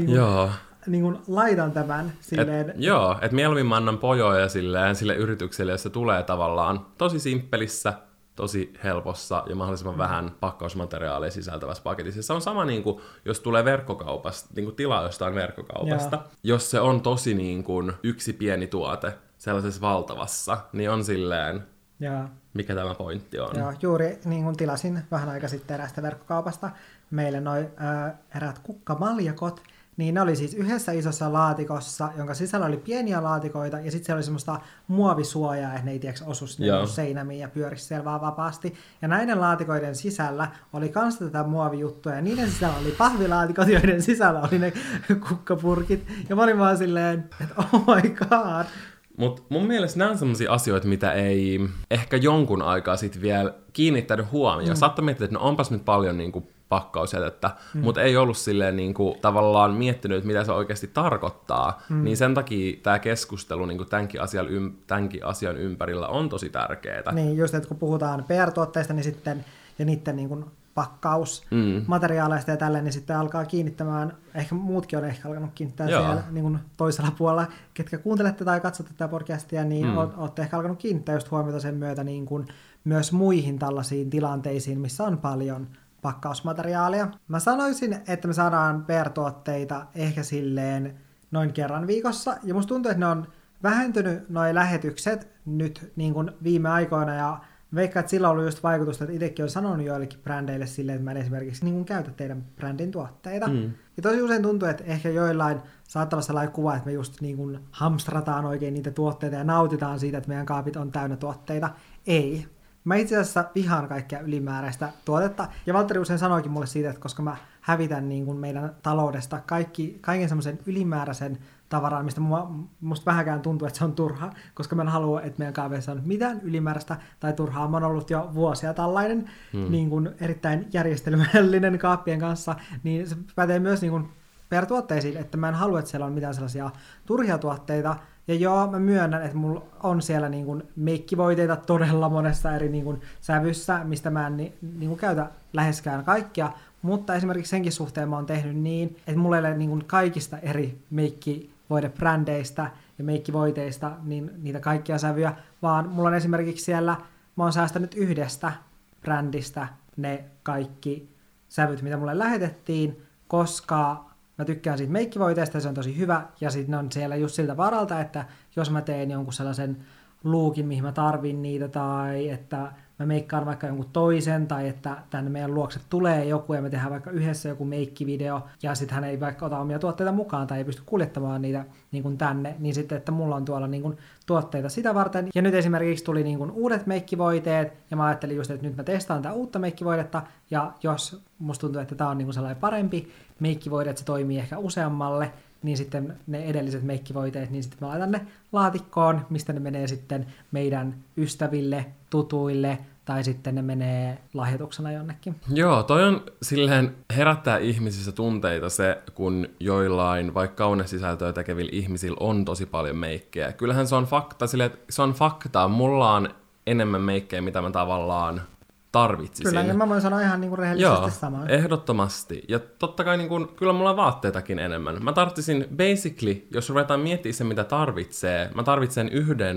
niin laitan tämän silleen. Että mieluummin mä annan pojoja sille yritykselle, jos se tulee tavallaan tosi simppelissä, tosi helpossa ja mahdollisimman vähän pakkausmateriaalia sisältävässä paketissa. Se on sama, niin kuin, jos tulee verkkokaupasta, niin kuin tilaa jostain verkkokaupasta. Jos se on tosi niin kuin, yksi pieni tuote sellaisessa valtavassa, niin on silleen, mikä tämä pointti on. Joo, juuri niin kuin tilasin vähän aika sitten eräästä verkkokaupasta meille noi eräät kukkamaljakot, niin ne oli siis yhdessä isossa laatikossa, jonka sisällä oli pieniä laatikoita, ja sitten siellä oli semmoista muovisuojaa, että ne ei osu seinämiin ja pyörisi siellä vaan vapaasti. Ja näiden laatikoiden sisällä oli kans tätä muovijuttua, ja niiden sisällä oli pahvilaatikot, joiden sisällä oli ne kukkapurkit. Ja mä olin vaan silleen, että oh my god. Mutta mun mielestä nämä on sellaisia asioita, mitä ei ehkä jonkun aikaa sitten vielä kiinnittänyt huomioon. Saattaa miettiä, että no onpas nyt paljon niinku pakkausjätettä, mutta ei ollut silleen niinku tavallaan miettinyt, mitä se oikeasti tarkoittaa. Niin sen takia tämä keskustelu niinku tämänkin asian ympärillä on tosi tärkeää. Niin, just että kun puhutaan PR-tuotteista niin sitten, ja niiden niinku pakkausmateriaaleista ja tälleen, niin sitten alkaa kiinnittämään, ehkä muutkin on ehkä alkanut kiinnittää siellä niin kuin toisella puolella, ketkä kuuntelette tai katsotte tätä podcastia, niin olette ehkä alkanut kiinnittää just huomiota sen myötä niin kuin myös muihin tällaisiin tilanteisiin, missä on paljon pakkausmateriaalia. Mä sanoisin, että me saadaan PR-tuotteita ehkä silleen noin kerran viikossa, ja musta tuntuu, että ne on vähentynyt noi lähetykset nyt niin kuin viime aikoina, ja veikkaan, että sillä on ollut just vaikutusta, että itsekin olen sanonut joillekin brändeille silleen, että mä en esimerkiksi niin kuin käytä teidän brändin tuotteita. Ja tosi usein tuntuu, että ehkä joillain saattaa olla sellainen kuva, että me just niin kuin hamstrataan oikein niitä tuotteita ja nautitaan siitä, että meidän kaapit on täynnä tuotteita. Ei. Mä itse asiassa vihaan kaikkea ylimääräistä tuotetta. Ja Valtteri usein sanoikin mulle siitä, että koska mä hävitän niin kuin meidän taloudesta kaiken semmoisen ylimääräisen tavaraa, mistä musta vähänkään tuntuu, että se on turha, koska mä en halua, että meidän kaaveissa on mitään ylimääräistä tai turhaa. Mä oon ollut jo vuosia tällainen niin kuin erittäin järjestelmällinen kaappien kanssa, niin se pätee myös niin kuin PR-tuotteisiin, että mä en halua, että siellä on mitään sellaisia turhia tuotteita. Ja joo, mä myönnän, että mulla on siellä niin kuin meikkivoiteita todella monessa eri niin kuin sävyssä, mistä mä en niin kuin käytä läheskään kaikkia, mutta esimerkiksi senkin suhteen mä oon tehnyt niin, että mulla ei ole niin kuin kaikista eri meikkivoidebrändeistä ja meikkivoiteista niin niitä kaikkia sävyjä, vaan mulla on esimerkiksi siellä, mä oon säästänyt yhdestä brändistä ne kaikki sävyt, mitä mulle lähetettiin, koska mä tykkään siitä meikkivoiteesta, se on tosi hyvä, ja sitten ne on siellä just siltä varalta, että jos mä teen jonkun sellaisen lookin, mihin mä tarvin niitä, tai että mä meikkaan vaikka jonkun toisen, tai että tänne meidän luokse tulee joku, ja me tehdään vaikka yhdessä joku meikkivideo, ja sitten hän ei vaikka ota omia tuotteita mukaan, tai ei pysty kuljettamaan niitä niin kuin tänne, niin sitten, että mulla on tuolla niin kuin tuotteita sitä varten. Ja nyt esimerkiksi tuli niin kuin uudet meikkivoiteet, ja mä ajattelin just, että nyt mä testaan tätä uutta meikkivoidetta, ja jos musta tuntuu, että tää on niin kuin sellainen parempi meikkivoide, että se toimii ehkä useammalle, niin sitten ne edelliset meikkivoiteet, niin sitten mä laitan ne laatikkoon, mistä ne menee sitten meidän ystäville, tutuille, tai sitten ne menee lahjoituksena jonnekin. Joo, toi on silleen herättää ihmisissä tunteita se, kun joillain vaikka kaunesisältöä tekevillä ihmisillä on tosi paljon meikkejä. Kyllähän se on fakta, silleen, että se on faktaa. Mulla on enemmän meikkejä, mitä mä tavallaan tarvitsisin. Kyllä, ja mä voin sanoa ihan niin kuin rehellisesti samaan. Ehdottomasti. Ja totta kai niin kuin, kyllä mulla on vaatteitakin enemmän. Mä tarvitsisin basically, jos ruvetaan miettimään se, mitä tarvitsee, mä tarvitsen yhden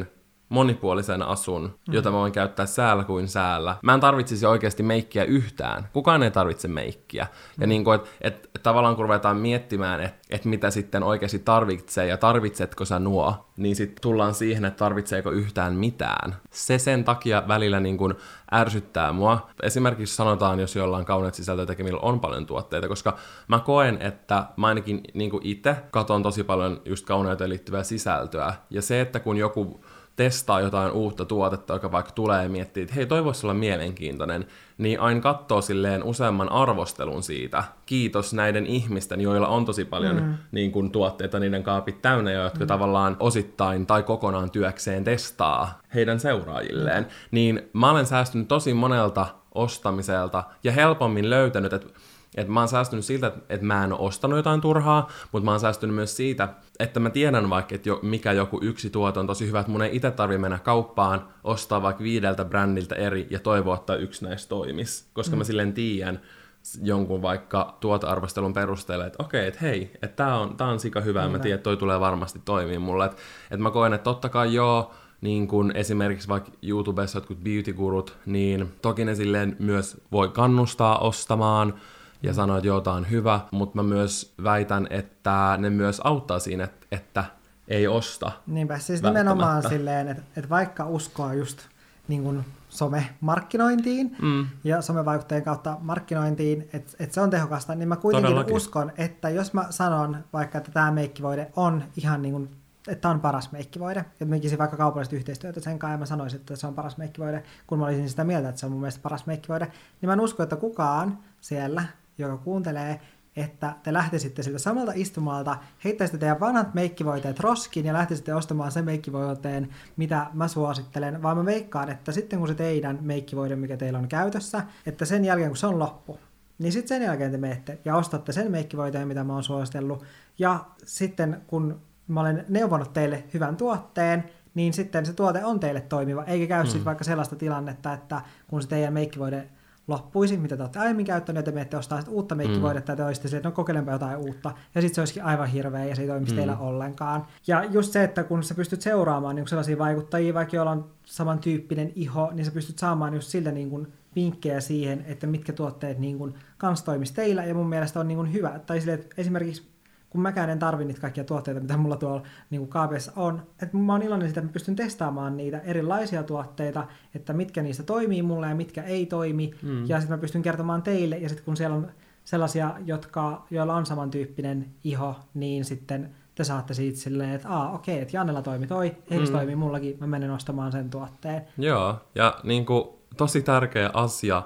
monipuolisen asun, jota mä voin käyttää säällä kuin säällä. Mä en tarvitsisi oikeasti meikkiä yhtään. Kukaan ei tarvitse meikkiä. Ja niin kuin, että tavallaan kun ruvetaan miettimään, että mitä sitten oikeasti tarvitsee ja tarvitsetko sä nuo, niin sitten tullaan siihen, että tarvitseeko yhtään mitään. Se sen takia välillä niin kuin ärsyttää mua. Esimerkiksi sanotaan, jos jollain kauneet sisältöä tekemillä on paljon tuotteita, koska mä koen, että mä ainakin niin kuin itse katon tosi paljon just kauneuteen liittyvää sisältöä. Ja se, että kun joku testaa jotain uutta tuotetta, joka vaikka tulee ja miettii, että hei, toi voisi olla mielenkiintoinen, niin aina katsoo silleen useamman arvostelun siitä. Kiitos näiden ihmisten, joilla on tosi paljon niin kuin, tuotteita niiden kaapit täynnä, jotka tavallaan osittain tai kokonaan työkseen testaa heidän seuraajilleen. Niin mä olen säästynyt tosi monelta ostamiselta ja helpommin löytänyt, että mä oon säästynyt siltä, että mä en ole ostanut jotain turhaa, mutta mä oon säästynyt myös siitä, että mä tiedän vaikka, että mikä joku yksi tuote on tosi hyvä, että mun ei itse tarvitse mennä kauppaan, ostaa vaikka 5 brändiltä eri ja toivoa, että yksi näistä toimisi. Koska mä silleen tiedän jonkun vaikka tuotearvostelun perusteella, että okei, että hei, että tää on sika hyvä, mä tiedän, että toi tulee varmasti toimii mulle. Että mä koen, että totta kai joo, niin kuin esimerkiksi vaikka YouTubessa jotkut beauty-gurut, niin toki ne silleen myös voi kannustaa ostamaan, ja sanoa, että joo, tää on hyvä, mutta mä myös väitän, että ne myös auttaa siinä, että ei osta. Niinpä, siis nimenomaan silleen, että vaikka uskoo just niin kuin somemarkkinointiin ja somevaikuttajien kautta markkinointiin, että se on tehokasta, niin mä kuitenkin uskon, että jos mä sanon vaikka, että tämä meikkivoide on ihan niin kuin, että on paras meikkivoide, ja mä tekisin vaikka kaupallista yhteistyötä sen kanssa, ja mä sanoisin, että se on paras meikkivoide, kun mä olisin sitä mieltä, että se on mun mielestä paras meikkivoide, niin mä en usko, että kukaan siellä, joka kuuntelee, että te lähtisitte siltä samalta istumalta, heittäisitte teidän vanhat meikkivoiteet roskiin ja lähtisitte ostamaan sen meikkivoiteen, mitä mä suosittelen, vaan mä veikkaan, että sitten kun se teidän meikkivoide, mikä teillä on käytössä, että sen jälkeen kun se on loppu, niin sitten sen jälkeen te menette ja ostatte sen meikkivoiteen, mitä mä oon suositellut, ja sitten kun mä olen neuvonut teille hyvän tuotteen, niin sitten se tuote on teille toimiva, eikä käy sitten vaikka sellaista tilannetta, että kun se teidän meikkivoide loppuisi, mitä te olette aiemmin käyttäneet, ja menette ostaa uutta meikkivoidetta, ja te olisitte silleen, että no kokeilenpa jotain uutta, ja sitten se olisikin aivan hirveä, ja se ei toimisi teillä ollenkaan. Ja just se, että kun sä pystyt seuraamaan niin sellaisia vaikuttajia, vaikka joilla on samantyyppinen iho, niin sä pystyt saamaan just siltä niin kuin vinkkejä siihen, että mitkä tuotteet niin kuin kans toimisi teillä, ja mun mielestä on niin kuin hyvä. Tai silleen, että esimerkiksi kun mäkään en tarvi niitä kaikkia tuotteita, mitä mulla tuolla niin kuin kaapeessa on. Että mä oon iloinen siitä, että mä pystyn testaamaan niitä erilaisia tuotteita, että mitkä niistä toimii mulle ja mitkä ei toimi. Ja sitten mä pystyn kertomaan teille, ja sitten kun siellä on sellaisia, joilla on samantyyppinen iho, niin sitten te saatte siitä silleen, että okei, että Jannella toimi toi, eikö se toimi mullakin, mä menen ostamaan sen tuotteen. Joo, ja niin kuin tosi tärkeä asia,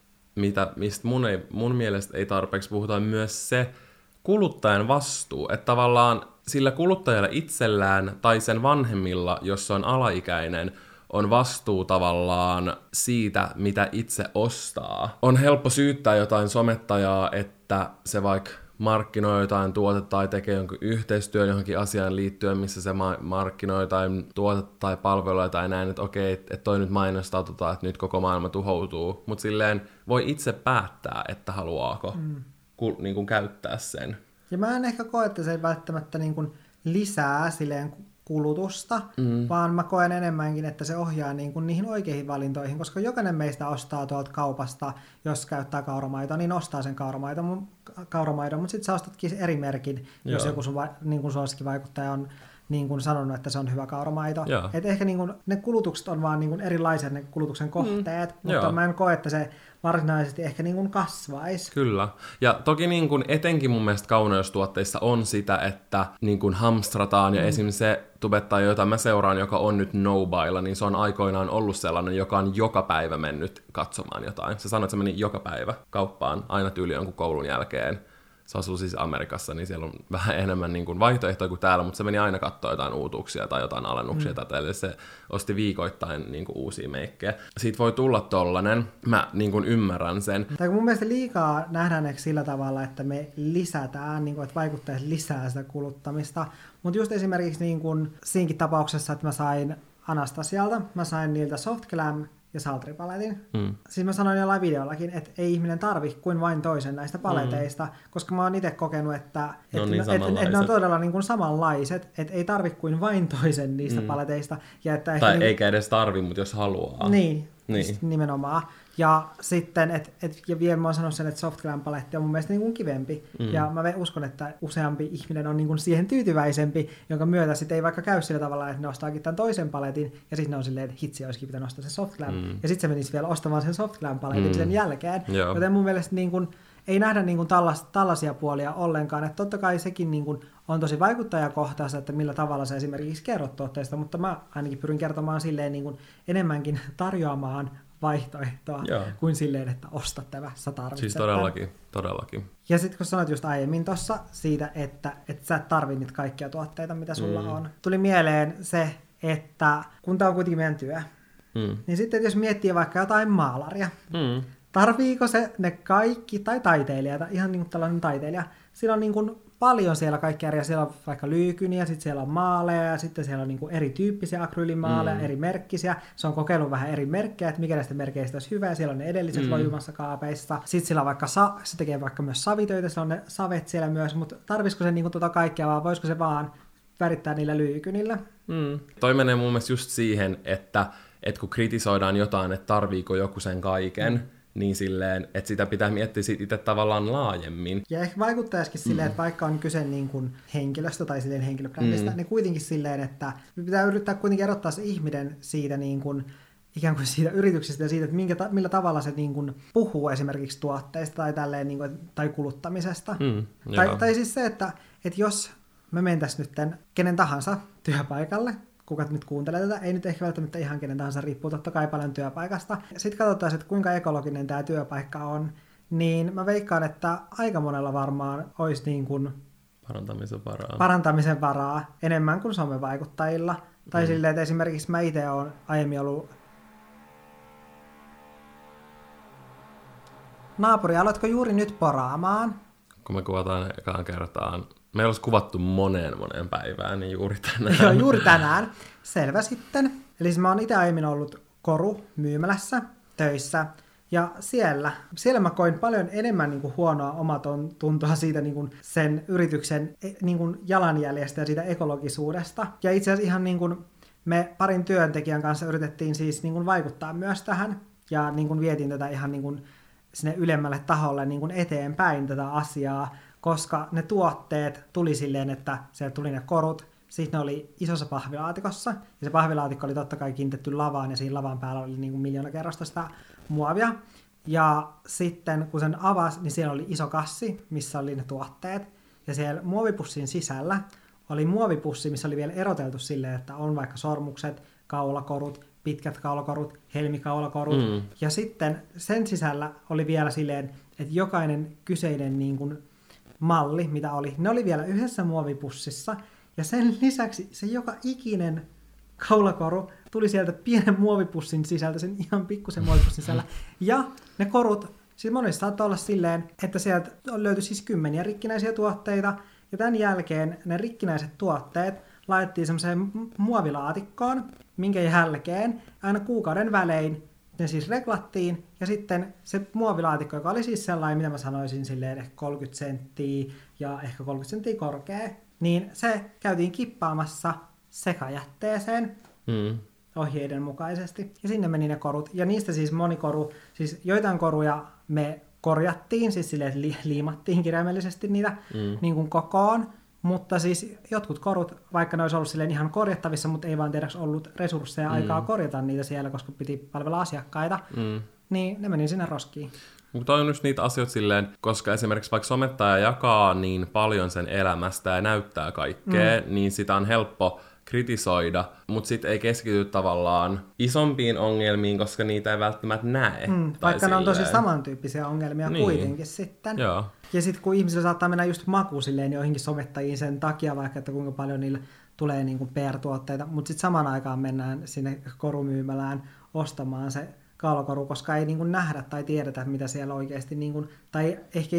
mistä mun mielestä ei tarpeeksi puhuta, myös se, kuluttajan vastuu, että tavallaan sillä kuluttajalla itsellään tai sen vanhemmilla, jos se on alaikäinen, on vastuu tavallaan siitä, mitä itse ostaa. On helppo syyttää jotain somettajaa, että se vaikka markkinoi jotain tuotetta tai tekee jonkun yhteistyön johonkin asiaan liittyen, missä se markkinoi jotain tuotetta tai palvelua tai näin, että okei, että toi nyt mainostaa että nyt koko maailma tuhoutuu. Mutta silleen voi itse päättää, että haluaako niin kuin käyttää sen. Ja mä en ehkä koe, että se ei välttämättä niin kuin lisää silleen kulutusta, vaan mä koen enemmänkin, että se ohjaa niin kuin niihin oikeihin valintoihin, koska jokainen meistä ostaa tuolta kaupasta, jos käyttää kauramaitoa, niin ostaa sen kauramaidon, mutta sitten sä ostatkin eri merkin, jos joku sun niin kuin suosikkivaikuttaja on niin kuin sanonut, että se on hyvä kauramaito. Et ehkä niin kuin, ne kulutukset on vaan niin kuin erilaiset, ne kulutuksen kohteet, mutta mä en koe, että se varsinaisesti ehkä niin kuin kasvaisi. Kyllä. Ja toki niin kuin etenkin mun mielestä kauneustuotteissa on sitä, että niin kuin hamstrataan, ja esimerkiksi se tubettaja, jota mä seuraan, joka on nyt Nobailla, niin se on aikoinaan ollut sellainen, joka on joka päivä mennyt katsomaan jotain. Se sanoi, että se meni joka päivä kauppaan, aina tyyli jonkun koulun jälkeen. Se asuu siis Amerikassa, niin siellä on vähän enemmän niin kuin vaihtoehtoja kuin täällä, mutta se meni aina katsoa jotain uutuuksia tai jotain alennuksia tai tälle. Se osti viikoittain niin kuin uusia meikkejä. Siitä voi tulla tollanen. Mä niin kuin ymmärrän sen. Tai mun mielestä liikaa nähdään sillä tavalla, että me lisätään, niin kuin, että vaikuttajat lisää sitä kuluttamista. Mutta just esimerkiksi niin kuin siinäkin tapauksessa, että mä sain Anastasialta, mä sain niiltä Soft Glam ja Saltri-paletin. Siis mä sanoin jollain videollakin, että ei ihminen tarvi kuin vain toisen näistä paleteista, koska mä oon itse kokenut, että ne on todella niin kuin samanlaiset, että ei tarvi kuin vain toisen niistä paleteista. Ja että tai eikä edes tarvi, mutta jos haluaa. Niin. Nimenomaan. Ja sitten, ja vielä mä oon sanonut sen, että Soft Glam-paletti on mun mielestä niin kuin kivempi. Ja mä uskon, että useampi ihminen on niin kuin siihen tyytyväisempi, jonka myötä sitten ei vaikka käy sillä tavalla, että ne ostaakin tämän toisen paletin, ja sitten ne on silleen, että hitsi, olisikin pitänyt ostaa se Soft Glam. Ja sitten se menisi vielä ostamaan sen Soft Glam-paletin sen jälkeen. Joten mun mielestä niin kuin, ei nähdä niin kuin tällaisia puolia ollenkaan. Että totta kai sekin niin kuin on tosi vaikuttajakohtaista, että millä tavalla sä esimerkiksi kerrot tuotteesta, mutta mä ainakin pyrin kertomaan silleen niin kuin enemmänkin tarjoamaan vaihtoehtoa kuin silleen, että osta tämä, sä tarvitset. Siis todellakin. Ja sitten kun sanoit just aiemmin tuossa siitä, että sä et tarvitse niitä kaikkia tuotteita, mitä sulla on. Tuli mieleen se, että kun tää on kuitenkin meidän työ, niin sitten jos miettii vaikka jotain maalaria, tarviiko se ne kaikki, tai taiteilijata, ihan niin kuin tällainen taiteilija, sillä on niin kuin paljon siellä kaikkea eri, siellä on vaikka lyykyniä, sitten siellä on maaleja, ja sitten siellä on niin kuin erityyppisiä akryylimaaleja, eri merkkisiä. Se on kokeillut vähän eri merkkejä, että mikä näistä merkeistä olisi hyvä, ja siellä on ne edelliset lojumassa kaapeissa. Sitten siellä on vaikka se tekee vaikka myös savitöitä, siellä on ne savet siellä myös, mutta tarvisiko se niin kuin kaikkea, vaan voisiko se vaan värittää niillä lyykynillä? Toi menee mun mielestä just siihen, että kun kritisoidaan jotain, että tarviiko joku sen kaiken, niin silleen, että sitä pitää miettiä itse tavallaan laajemmin. Ja ehkä vaikuttaisikin silleen, että vaikka on kyse niin kuin henkilöstä tai silleen henkilöbrändistä, niin kuitenkin silleen, että pitää yrittää kuitenkin erottaa se ihminen siitä niin kuin, ikään kuin siitä yrityksestä ja siitä, että millä tavalla se niin kuin puhuu esimerkiksi tuotteista tai, tälleen, niin kuin, tai kuluttamisesta. Tai siis se, että jos me mentäisiin nyt kenen tahansa työpaikalle, kuka nyt kuuntelee tätä, ei nyt ehkä välttämättä ihan kenen tahansa, riippuu totta kai paljon työpaikasta. Sitten katsotaan, että kuinka ekologinen tämä työpaikka on, niin mä veikkaan, että aika monella varmaan olisi niin kuin parantamisen varaa enemmän kuin somevaikuttajilla. Tai silleen, että esimerkiksi mä itse olen aiemmin ollut naapuri, aloitko juuri nyt poraamaan? Kun me kuvataan ekaan kertaan, meillä olisi kuvattu moneen päivään, niin juuri tänään. Joo, juuri tänään. Selvä sitten. Eli siis mä oon itse aiemmin ollut korumyymälässä töissä, ja siellä mä koin paljon enemmän niin kuin huonoa omatuntoa siitä niin kuin sen yrityksen niin kuin jalanjäljestä ja siitä ekologisuudesta. Ja itse asiassa ihan niin kuin me parin työntekijän kanssa yritettiin siis niin kuin vaikuttaa myös tähän, ja niin kuin vietiin tätä ihan niin kuin sinne ylemmälle taholle niin kuin eteenpäin tätä asiaa, koska ne tuotteet tuli silleen, että sieltä tuli ne korut, sitten ne oli isossa pahvilaatikossa, ja se pahvilaatikko oli totta kai kiinnitetty lavaan, ja siinä lavan päällä oli niin kuin 1 000 000 kerrosta sitä muovia. Ja sitten kun sen avasi, niin siellä oli iso kassi, missä oli ne tuotteet, ja siellä muovipussin sisällä oli muovipussi, missä oli vielä eroteltu silleen, että on vaikka sormukset, kaulakorut, pitkät kaulakorut, helmikaulakorut, ja sitten sen sisällä oli vielä silleen, että jokainen kyseinen niin kuin malli, mitä oli, ne oli vielä yhdessä muovipussissa, ja sen lisäksi se joka ikinen kaulakoru tuli sieltä pienen muovipussin sisältä, sen ihan pikkusen muovipussin sisällä, ja ne korut, siis monissa saattaa olla silleen, että sieltä löytyi siis 10 rikkinäisiä tuotteita, ja tämän jälkeen ne rikkinäiset tuotteet laitettiin semmoiseen muovilaatikkoon, minkä jälkeen aina kuukauden välein ne siis reklattiin, ja sitten se muovilaatikko, joka oli siis sellainen, mitä mä sanoisin, silleen ehkä 30 senttiä ja ehkä 30 senttiä korkea, niin se käytiin kippaamassa sekajätteeseen ohjeiden mukaisesti, ja sinne meni ne korut, ja niistä siis moni koru, siis joitain koruja me korjattiin, siis silleen, että liimattiin kirjaimellisesti niitä niin kuin kokoon, mutta siis jotkut korut, vaikka ne olisi ollut silleen ihan korjattavissa, mutta ei vaan tiedäks ollut resursseja aikaa korjata niitä siellä, koska piti palvella asiakkaita, niin ne meni sinne roskiin. Mutta on just niitä asioita silleen, koska esimerkiksi vaikka somettaja jakaa niin paljon sen elämästä ja näyttää kaikkea, niin sitä on helppo kritisoida, mutta sitten ei keskity tavallaan isompiin ongelmiin, koska niitä ei välttämättä näe. Vaikka ne on tosi samantyyppisiä ongelmia kuitenkin sitten. Joo. Ja sitten kun ihmisillä saattaa mennä just maku silleen joihinkin somettajiin sen takia, vaikka että kuinka paljon niillä tulee niin kuin PR-tuotteita, mutta sitten samaan aikaan mennään sinne korumyymälään ostamaan se kaulakoru, koska ei niin kuin nähdä tai tiedetä, mitä siellä oikeasti, niin kuin, tai ehkä ei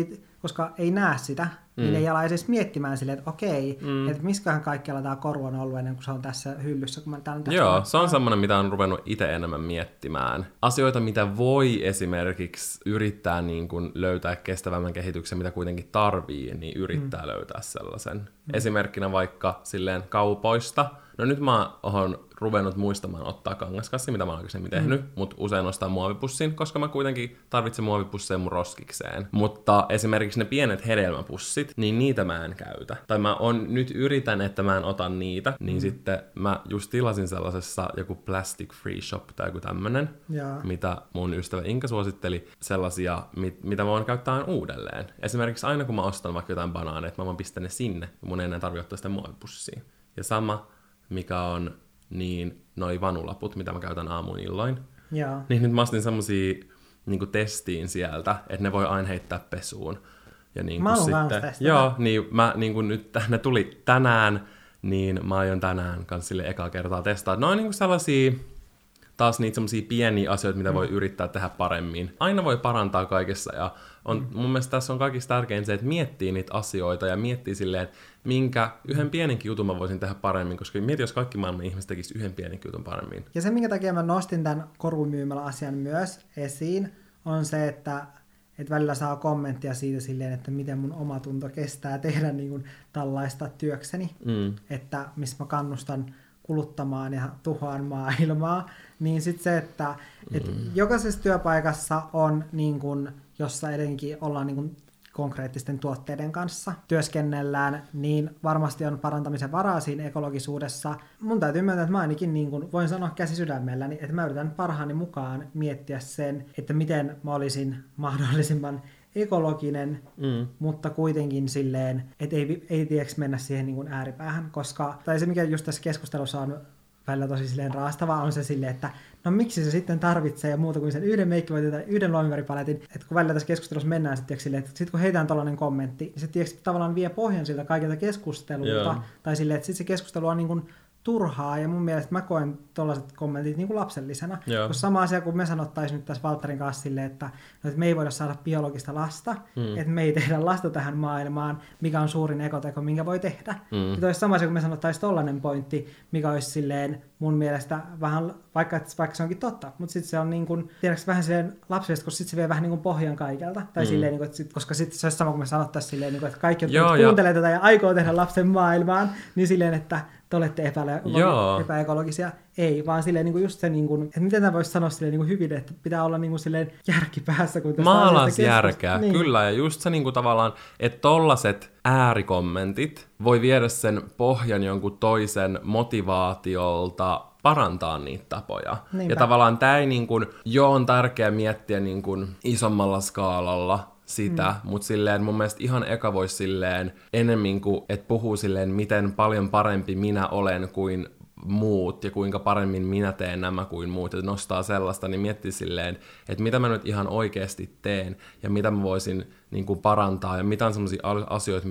koska ei näe sitä, niin ei ala edes miettimään silleen, että okei, että miskähän kaikkialla tämä koru on ollut ennen kuin se on tässä hyllyssä, kun mä täällä nyt Joo, se on semmoinen, mitä on ruvennut itse enemmän miettimään. Asioita, mitä voi esimerkiksi yrittää niin kuin löytää kestävämmän kehityksen, mitä kuitenkin tarvii, niin yrittää löytää sellaisen. Esimerkkinä vaikka silleen kaupoista. No nyt mä oon ruvennut muistamaan ottaa kangaskassi, mitä mä oon aikaisemmin tehnyt, mutta usein ostaa muovipussin, koska mä kuitenkin tarvitsen muovipusseja mun roskikseen. Mutta esimerkiksi ne pienet hedelmäpussit, niin niitä mä en käytä. Tai nyt yritän, että mä en ota niitä, niin sitten mä just tilasin sellaisessa joku Plastic Free Shop tai joku tämmönen, mitä mun ystävä Inka suositteli, sellaisia, mitä mä voin käyttää uudelleen. Esimerkiksi aina kun mä ostan vaikka jotain banaaneja, että mä vaan pistän ne sinne, ja mun ei enää tarvitse ottaa sitä muovipussia. Ja sama, mikä on niin noi vanulaput, mitä mä käytän aamuin illoin. Joo. Niin nyt mä ostin semmosia niinku testiin sieltä, että ne voi aina heittää pesuun. Ja niinku mä oon sitten, joo, niin mä niinku nyt ne tuli tänään, niin mä aion tänään kanssa sille ekaa kertaa testaa. Ne on niinku sellaisia, taas niitä semmosia pieniä asioita, mitä voi yrittää tehdä paremmin. Aina voi parantaa kaikessa ja mun mielestä tässä on kaikista tärkein se, että miettii niitä asioita ja miettii silleen, että minkä yhden pienenkin jutun mä voisin tehdä paremmin, koska mieti, jos kaikki maailman ihmiset tekisi yhden pienenkin jutun paremmin. Ja se, minkä takia mä nostin tämän korumyymälä-asian myös esiin, on se, että välillä saa kommenttia siitä silleen, että miten mun omatunto kestää tehdä niin kuin tällaista työkseni, että missä mä kannustan kuluttamaan ja tuhoan maailmaa, niin sitten se, että jokaisessa työpaikassa on, niin kun, jossa edenkin ollaan niin kun konkreettisten tuotteiden kanssa työskennellään, niin varmasti on parantamisen varaa siinä ekologisuudessa. Mun täytyy myöntää, että mä ainakin niin kun voin sanoa käsi sydämelläni, että mä yritän parhaani mukaan miettiä sen, että miten mä olisin mahdollisimman ekologinen, mutta kuitenkin silleen, että ei tiedäks mennä siihen niin kuin ääripäähän, koska, tai se mikä just tässä keskustelussa on välillä tosi silleen raastavaa, on se silleen, että no miksi se sitten tarvitsee muuta kuin sen yhden meikkivoitin tai yhden luomiväripaletin, että kun välillä tässä keskustelussa mennään sitten silleen, että sitten kun heitään tollainen kommentti, niin se tiedätkö, tavallaan vie pohjan siltä kaikilta keskustelulta, tai silleen, että sitten se keskustelu on niin kuin turhaa, ja mun mielestä mä koen tollaiset kommentit niin kuin lapsellisena. Koska sama asia, kun me sanottaisiin nyt tässä Valtterin kanssa silleen, että me ei voida saada biologista lasta, että me ei tehdä lasta tähän maailmaan, mikä on suurin ekoteko, minkä voi tehdä. Ja olisi sama asia, kun me sanottaisiin tollainen pointti, mikä olisi silleen mun mielestä vähän, vaikka se onkin totta, mutta sitten se on niin kuin, tiedätkö, vähän silleen lapsellista, koska sitten se vie vähän niin kuin pohjan kaikelta. Tai silleen, niin kuin, että koska sitten se olisi sama, kun me sanottaisiin silleen, niin kuin, että kaikki, jotka kuuntelee tätä ja aikoo tehdä lapsen maailmaan, niin silleen, että te olette epäekologisia. Ei, vaan silleen niin just se, niin kuin, että miten tämä voisi sanoa silleen niin hyvin, että pitää olla niin silleen järkipäässä. Kun maalaisjärkeä, niin. Kyllä. Ja just se niin kuin tavallaan, että tollaset äärikommentit voi viedä sen pohjan jonkun toisen motivaatiolta parantaa niitä tapoja. Niinpä. Ja tavallaan tämä ei niin kuin, on tärkeää miettiä niin kuin isommalla skaalalla sitä, mutta silleen mun mielestä ihan eka voisi silleen enemmän kuin, että puhuu silleen, miten paljon parempi minä olen kuin muut ja kuinka paremmin minä teen nämä kuin muut ja nostaa sellaista, niin miettii silleen, että mitä mä nyt ihan oikeasti teen ja mitä mä voisin niin kuin parantaa ja mitä on sellaisia asioita,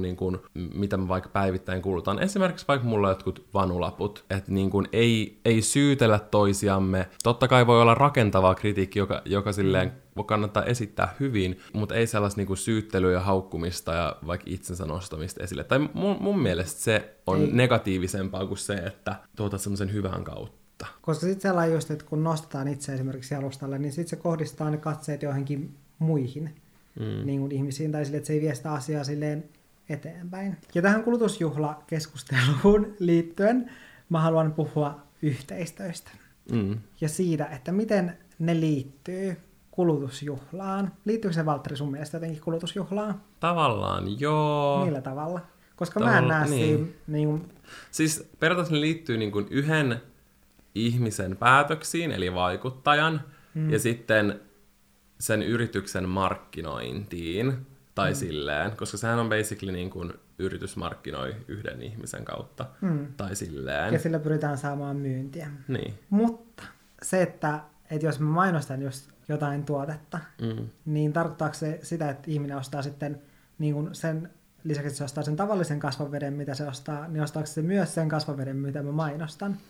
mitä mä vaikka päivittäin kulutan. Esimerkiksi vaikka mulla on jotkut vanulaput, että niin kuin ei syytellä toisiamme. Totta kai voi olla rakentavaa kritiikki, joka silleen kannattaa esittää hyvin, mutta ei sellaista niin kuin syyttelyä ja haukkumista ja vaikka itsensä nostamista esille. Tai mun mielestä se on negatiivisempaa kuin se, että tuotat semmoisen hyvän kautta. Koska sitten sellainen just, että kun nostetaan itse esimerkiksi alustalle, niin sitten se kohdistaa ne katseet johonkin muihin niin kuin ihmisiin, tai silleen, että se ei vie sitä asiaa silleen eteenpäin. Ja tähän kulutusjuhlakeskusteluun liittyen mä haluan puhua yhteistöistä. Ja siitä, että miten ne liittyy kulutusjuhlaan. Liittyykö se, Valtteri, sun mielestä jotenkin kulutusjuhlaan? Tavallaan, joo. Millä tavalla? Koska mä en näe siinä niin... Siis periaatteessa ne liittyy niin kuin yhden ihmisen päätöksiin, eli vaikuttajan, ja sitten sen yrityksen markkinointiin, tai silleen, koska sehän on basically niin kuin yritys markkinoi yhden ihmisen kautta, tai silleen. Ja sillä pyritään saamaan myyntiä. Niin. Mutta se, että jos mä mainostan just jotain tuotetta, niin tarkoittaako se sitä, että ihminen ostaa sitten niin kuin sen lisäksi, että se ostaa sen tavallisen kasvaveden, mitä se ostaa, niin ostaako se myös sen kasvaveden, mitä mä mainostan?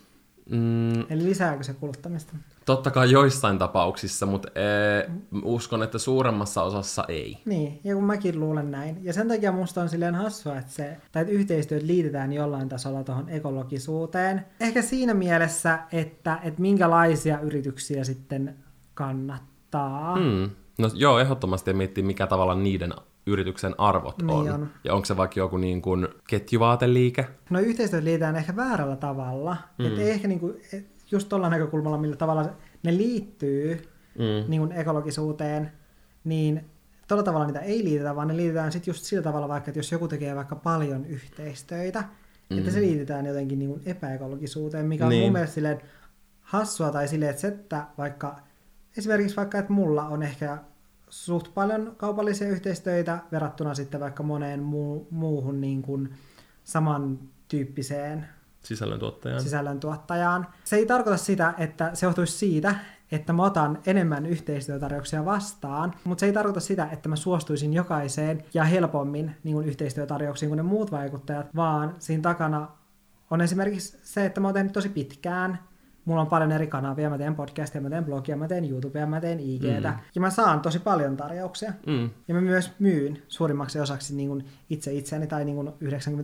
Eli lisääkö se kuluttamista? Totta kai joissain tapauksissa, mutta uskon, että suuremmassa osassa ei. Niin, ja kun mäkin luulen näin. Ja sen takia musta on silleen hassua, että yhteistyöt liitetään jollain tasolla tuohon ekologisuuteen. Ehkä siinä mielessä, että minkälaisia yrityksiä sitten kannattaa. No joo, ehdottomasti miettii, mikä tavalla niiden yrityksen arvot on. Ja onko se vaikka joku niin kuin ketjuvaateliike? No yhteistyöt liitetään ehkä väärällä tavalla. Että ei ehkä niin kuin, just tuolla näkökulmalla, millä tavalla ne liittyy niin kuin ekologisuuteen, niin tuolla tavalla niitä ei liitetä, vaan ne liitetään sitten just sillä tavalla vaikka, että jos joku tekee vaikka paljon yhteistöitä, että se liitetään jotenkin niin kuin epäekologisuuteen, mikä on mun mielestä silleen hassua tai silleen, että esimerkiksi vaikka, että mulla on ehkä suht paljon kaupallisia yhteistöitä verrattuna sitten vaikka moneen muuhun niin kuin samantyyppiseen sisällöntuottajaan. Se ei tarkoita sitä, että se johtuisi siitä, että mä otan enemmän yhteistyötarjouksia vastaan, mutta se ei tarkoita sitä, että mä suostuisin jokaiseen ja helpommin niin kuin yhteistyötarjouksiin kuin ne muut vaikuttajat, vaan siinä takana on esimerkiksi se, että mä oon tehnyt tosi pitkään. Mulla on paljon eri kanavia, mä teen podcastia, mä teen blogia, mä teen YouTubea, mä teen IGtä. Ja mä saan tosi paljon tarjouksia. Ja mä myös myyn suurimmaksi osaksi niin kuin itseäni tai niin kuin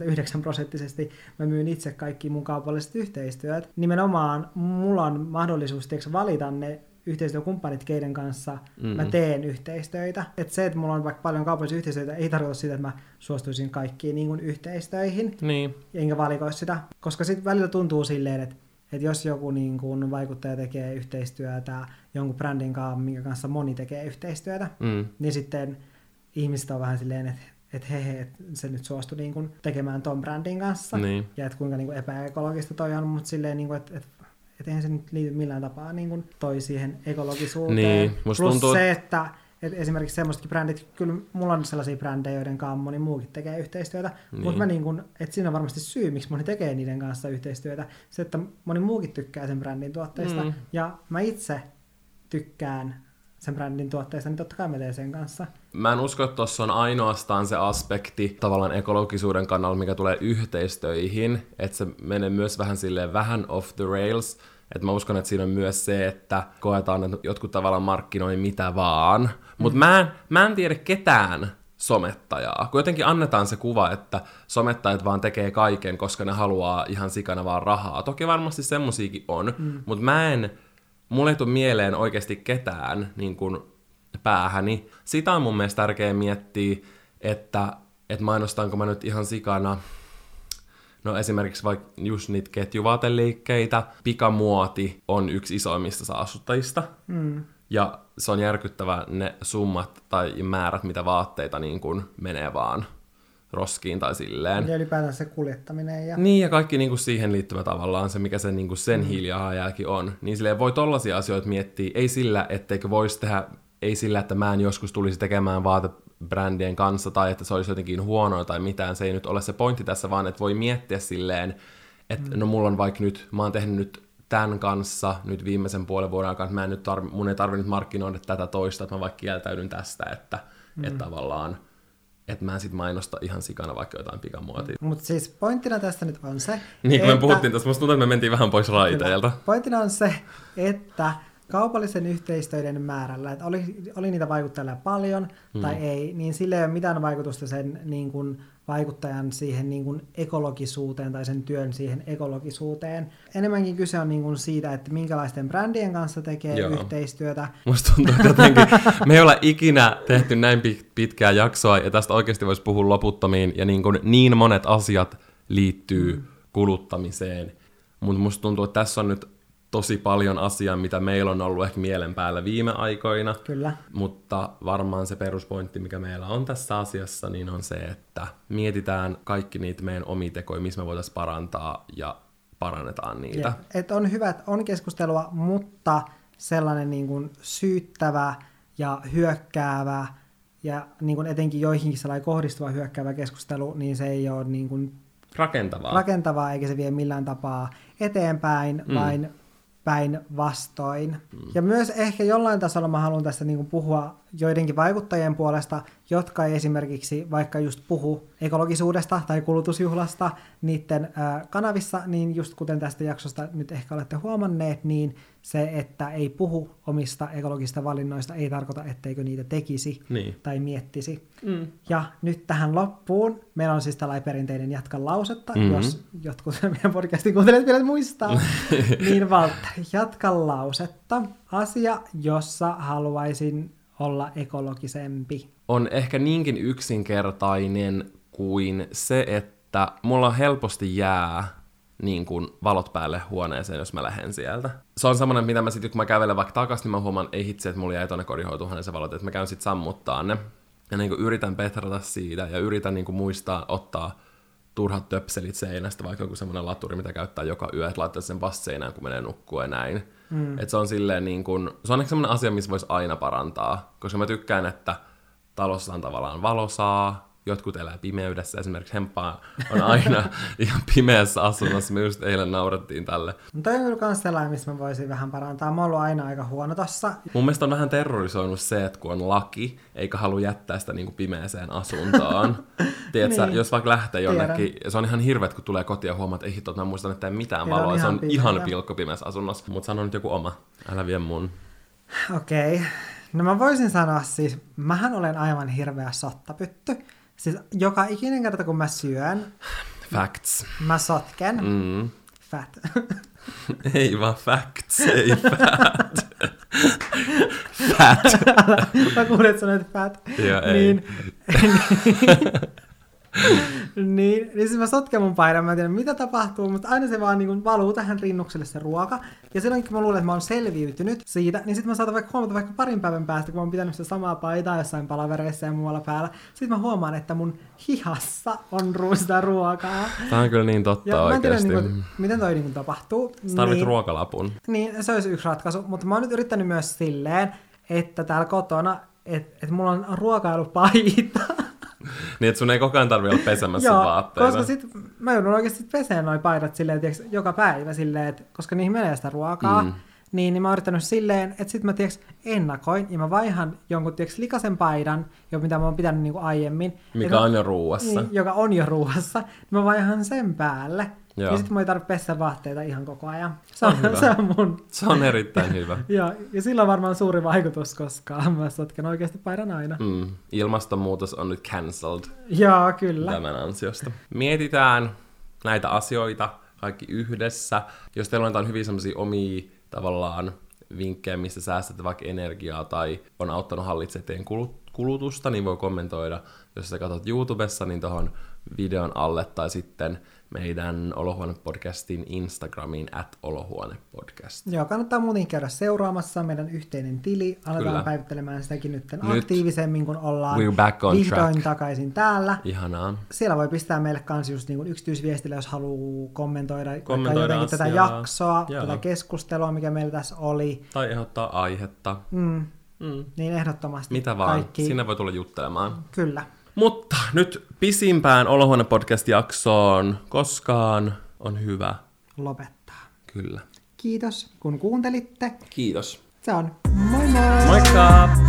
99% mä myyn itse kaikki mun kaupalliset yhteistyöt. Nimenomaan mulla on mahdollisuus valita ne yhteistyökumppanit, keiden kanssa mä teen yhteistyötä. Et se, että mulla on vaikka paljon kaupallisia yhteistyötä, ei tarkoita sitä, että mä suostuisin kaikkiin niin kuin yhteistöihin. Niin. Enkä valikoisi sitä. Koska sitten välillä tuntuu silleen, että jos joku niin kuin vaikuttaja tekee yhteistyötä jonkun brändin kanssa, minkä kanssa moni tekee yhteistyötä, niin sitten ihmiset on vähän silleen, että se nyt suostui niin kuin tekemään ton brändin kanssa. Niin. Ja että kuinka niin kuin epäekologista toi on, mutta silleen, niin kuin, että eihän se nyt liity millään tapaa niin kuin toi siihen ekologisuuteen. Niin. Plus tuntuu se, että esimerkiksi semmoisetkin brändit, kyllä mulla on sellaisia brändejä, joiden kanssa moni muukin tekee yhteistyötä, mutta mä niin kun, että siinä on varmasti syy, miksi moni tekee niiden kanssa yhteistyötä, se, että moni muukin tykkää sen brändin tuotteista, ja mä itse tykkään sen brändin tuotteista, niin totta kai mä teen sen kanssa. Mä en usko, että tuossa on ainoastaan se aspekti tavallaan ekologisuuden kannalta, mikä tulee yhteistöihin, että se menee myös vähän off the rails. Että mä uskon, että siinä on myös se, että koetaan, että jotkut tavallaan markkinoi mitä vaan. Mutta mä en tiedä ketään somettajaa, kun jotenkin annetaan se kuva, että somettajat vaan tekee kaiken, koska ne haluaa ihan sikana vaan rahaa. Toki varmasti semmosiakin on, mutta mulle ei tule mieleen oikeasti ketään niin kuin päähäni. Sitä on mun mielestä tärkeää miettiä, että mainostaanko mä nyt ihan sikana. No esimerkiksi vaikka just niitä ketjuvaateliikkeitä. Pikamuoti on yksi isoimmista saastuttajista. Ja se on järkyttävä ne summat tai määrät, mitä vaatteita niin kuin menee vaan roskiin tai silleen. Ja ylipäätään se kuljettaminen. Niin, ja kaikki niin kuin siihen liittyvä tavallaan se, mikä se niin kuin sen hiilijalanjälki on. Niin silleen voi tollaisia asioita miettiä, ei sillä, etteikö voisi tehdä, ei sillä, että mä en joskus tulisi tekemään vaatebrändien kanssa, tai että se olisi jotenkin huonoa tai mitään, se ei nyt ole se pointti tässä, vaan että voi miettiä silleen, että no mulla on vaikka nyt, mä oon tehnyt nyt tämän kanssa nyt viimeisen puolen vuoden aikaa, että mun ei tarvitse nyt markkinoida tätä toista, että mä vaikka kieltäydyn tästä, että tavallaan, että mä en sit mainosta ihan sikana vaikka jotain pikamuotia. Mutta siis pointtina tästä nyt on se, niin kun me puhuttiin tästä, musta tuntuu, että me mentiin vähän pois raiteilta. Pointtina on se, että kaupallisen yhteistyöiden määrällä, että oli niitä vaikuttajia paljon tai ei, niin sillä ei ole mitään vaikutusta sen niin kuin vaikuttajan siihen niin kuin ekologisuuteen tai sen työn siihen ekologisuuteen. Enemmänkin kyse on niin kuin siitä, että minkälaisten brändien kanssa tekee yhteistyötä. Musta tuntuu, että jotenkin me ei olla ikinä tehty näin pitkää jaksoa, ja tästä oikeasti voisi puhua loputtomiin, ja niin monet asiat liittyy kuluttamiseen. Mutta musta tuntuu, että tässä on nyt tosi paljon asiaa, mitä meillä on ollut ehkä mielen päällä viime aikoina. Kyllä. Mutta varmaan se peruspointti, mikä meillä on tässä asiassa, niin on se, että mietitään kaikki niitä meidän omia tekoja, missä me voitaisiin parantaa ja parannetaan niitä. Että on hyvä, että on keskustelua, mutta sellainen niin kuin syyttävä ja hyökkäävä ja niin kuin etenkin joihinkin sellainen kohdistuva hyökkäävä keskustelu, niin se ei ole niin kuin rakentavaa eikä se vie millään tapaa eteenpäin, vain päinvastoin. Ja myös ehkä jollain tasolla mä haluan tässä niinku puhua joidenkin vaikuttajien puolesta, jotka ei esimerkiksi vaikka just puhu ekologisuudesta tai kulutusjuhlasta niiden kanavissa, niin just kuten tästä jaksosta nyt ehkä olette huomanneet, niin se, että ei puhu omista ekologista valinnoista, ei tarkoita, etteikö niitä tekisi tai miettisi. Ja nyt tähän loppuun, meillä on siis tällainen perinteinen jatka lausetta, jos jotkut meidän podcastin kuuntelijat vielä muistaa, niin Valtteri, jatka lausetta. Asia, jossa haluaisin olla ekologisempi. On ehkä niinkin yksinkertainen kuin se, että mulla helposti jää niin kuin valot päälle huoneeseen, jos mä lähden sieltä. Se on semmoinen, mitä mä sitten, kun mä kävelen vaikka takaisin, niin mä huomaan, ei hitse, että mulla jäi tonne kodinhoitoon se valot, että mä käyn sitten sammuttaa ne. Ja niin kuin yritän petrata siitä ja yritän niin kuin muistaa ottaa turhat töpselit seinästä, vaikka joku semmoinen laturi, mitä käyttää joka yö, että laittaa sen vasta seinään, kun menee nukkua ja näin. Että se on silleen niin kuin, se on ehkä semmoinen asia, missä voisi aina parantaa, koska mä tykkään, että talossa on tavallaan valosaa, jotkut elää pimeydessä, esimerkiksi Hemppaa on aina ihan pimeässä asunnossa, me just eilen naurattiin tälle. Mutta toi on kyllä kans sellainen, missä mä voisin vähän parantaa. Mä oon ollut aina aika huono tossa. Mun mielestä on vähän terrorisoinut se, että kun on laki, eikä halua jättää sitä niinku pimeäseen asuntoon. Tiedätkö, jos vaikka lähtee jonnekin, se on ihan hirveet, kun tulee kotiin ja huomaat, että ei hitto, mä muistan, että ei mitään valoa, se on ihan pilkko pimeässä asunnossa. Mutta sano nyt joku oma, älä vie mun. Okei. No mä voisin sanoa siis, mähän olen aivan hirveä sottapytty. Siis joka ikinen kerta, kun mä syön, Facts. Mä sotken. Fat. Ei vaan facts, ei fat. Fat. Mä kuulin, että sanoit fat. Joo, ei. Niin siis mä sotken mun paidan, mä en tiedä mitä tapahtuu, mutta aina se vaan niin valuu tähän rinnukselle se ruoka. Ja silloin kun mä luulen, että mä oon selviytynyt siitä, niin sit mä saatan vaikka huomata vaikka parin päivän päästä, kun mä oon pitänyt sitä samaa paitaa jossain palavereissa ja muualla päällä. Sit mä huomaan, että mun hihassa on sitä ruokaa. Tää on kyllä niin totta ja oikeesti. Mä en tiedä, miten toi niin tapahtuu. Sä tarvit ruokalapun. Niin, se olisi yksi ratkaisu, mutta mä oon nyt yrittänyt myös silleen, että täällä kotona, että mulla on ruokailupaita. Niin, että sun ei koko ajan tarvitse olla pesemässä vaatteita. Koska sit mä joudun oikeasti peseen noi paidat silleen, tiiäks, joka päivä silleen, että koska niihin menee sitä ruokaa, niin mä oon yrittänyt silleen, että sit mä tiiäks, ennakoin ja mä vaihan jonkun tiiäks, likaisen paidan, mitä mä oon pitänyt niinku aiemmin. Mikä on jo ruuassa. Niin, joka on jo ruuassa. Niin mä vaihan sen päälle. Joo. Ja sit mä ei tarvitse pestä vaatteita ihan koko ajan. Se on mun. Se on erittäin hyvä. Ja sillä on varmaan suuri vaikutus, koska mä sotken oikeasti paidan aina. Ilmastonmuutos on nyt cancelled. Joo, kyllä. Tämän ansiosta. Mietitään näitä asioita kaikki yhdessä. Jos teillä on jotain hyvin sellaisia omia tavallaan vinkkejä, missä säästätte vaikka energiaa tai on auttanut hallitsemaan teidän kulutusta, niin voi kommentoida, jos sä katsot YouTubessa, niin tuohon videon alle tai sitten meidän Olohuone-podcastin Instagramiin @olohuonepodcast. Joo, kannattaa muuten käydä seuraamassa meidän yhteinen tili. Aletaan päivittelemään sitäkin nyt aktiivisemmin, kun ollaan vihdoin takaisin täällä. Ihanaa. Siellä voi pistää meille kanssa just niin kuin yksityisviestillä, jos haluaa kommentoida jotenkin tätä jaksoa, tätä keskustelua, mikä meillä tässä oli. Tai ehdottaa aihetta. Niin ehdottomasti. Mitä vaan. Kaikki. Sinne voi tulla juttelemaan. Kyllä. Mutta nyt pisimpään Olohuone-podcast-jaksoon koskaan on hyvä lopettaa. Kyllä. Kiitos, kun kuuntelitte. Kiitos. Se on moi moi! Moikka!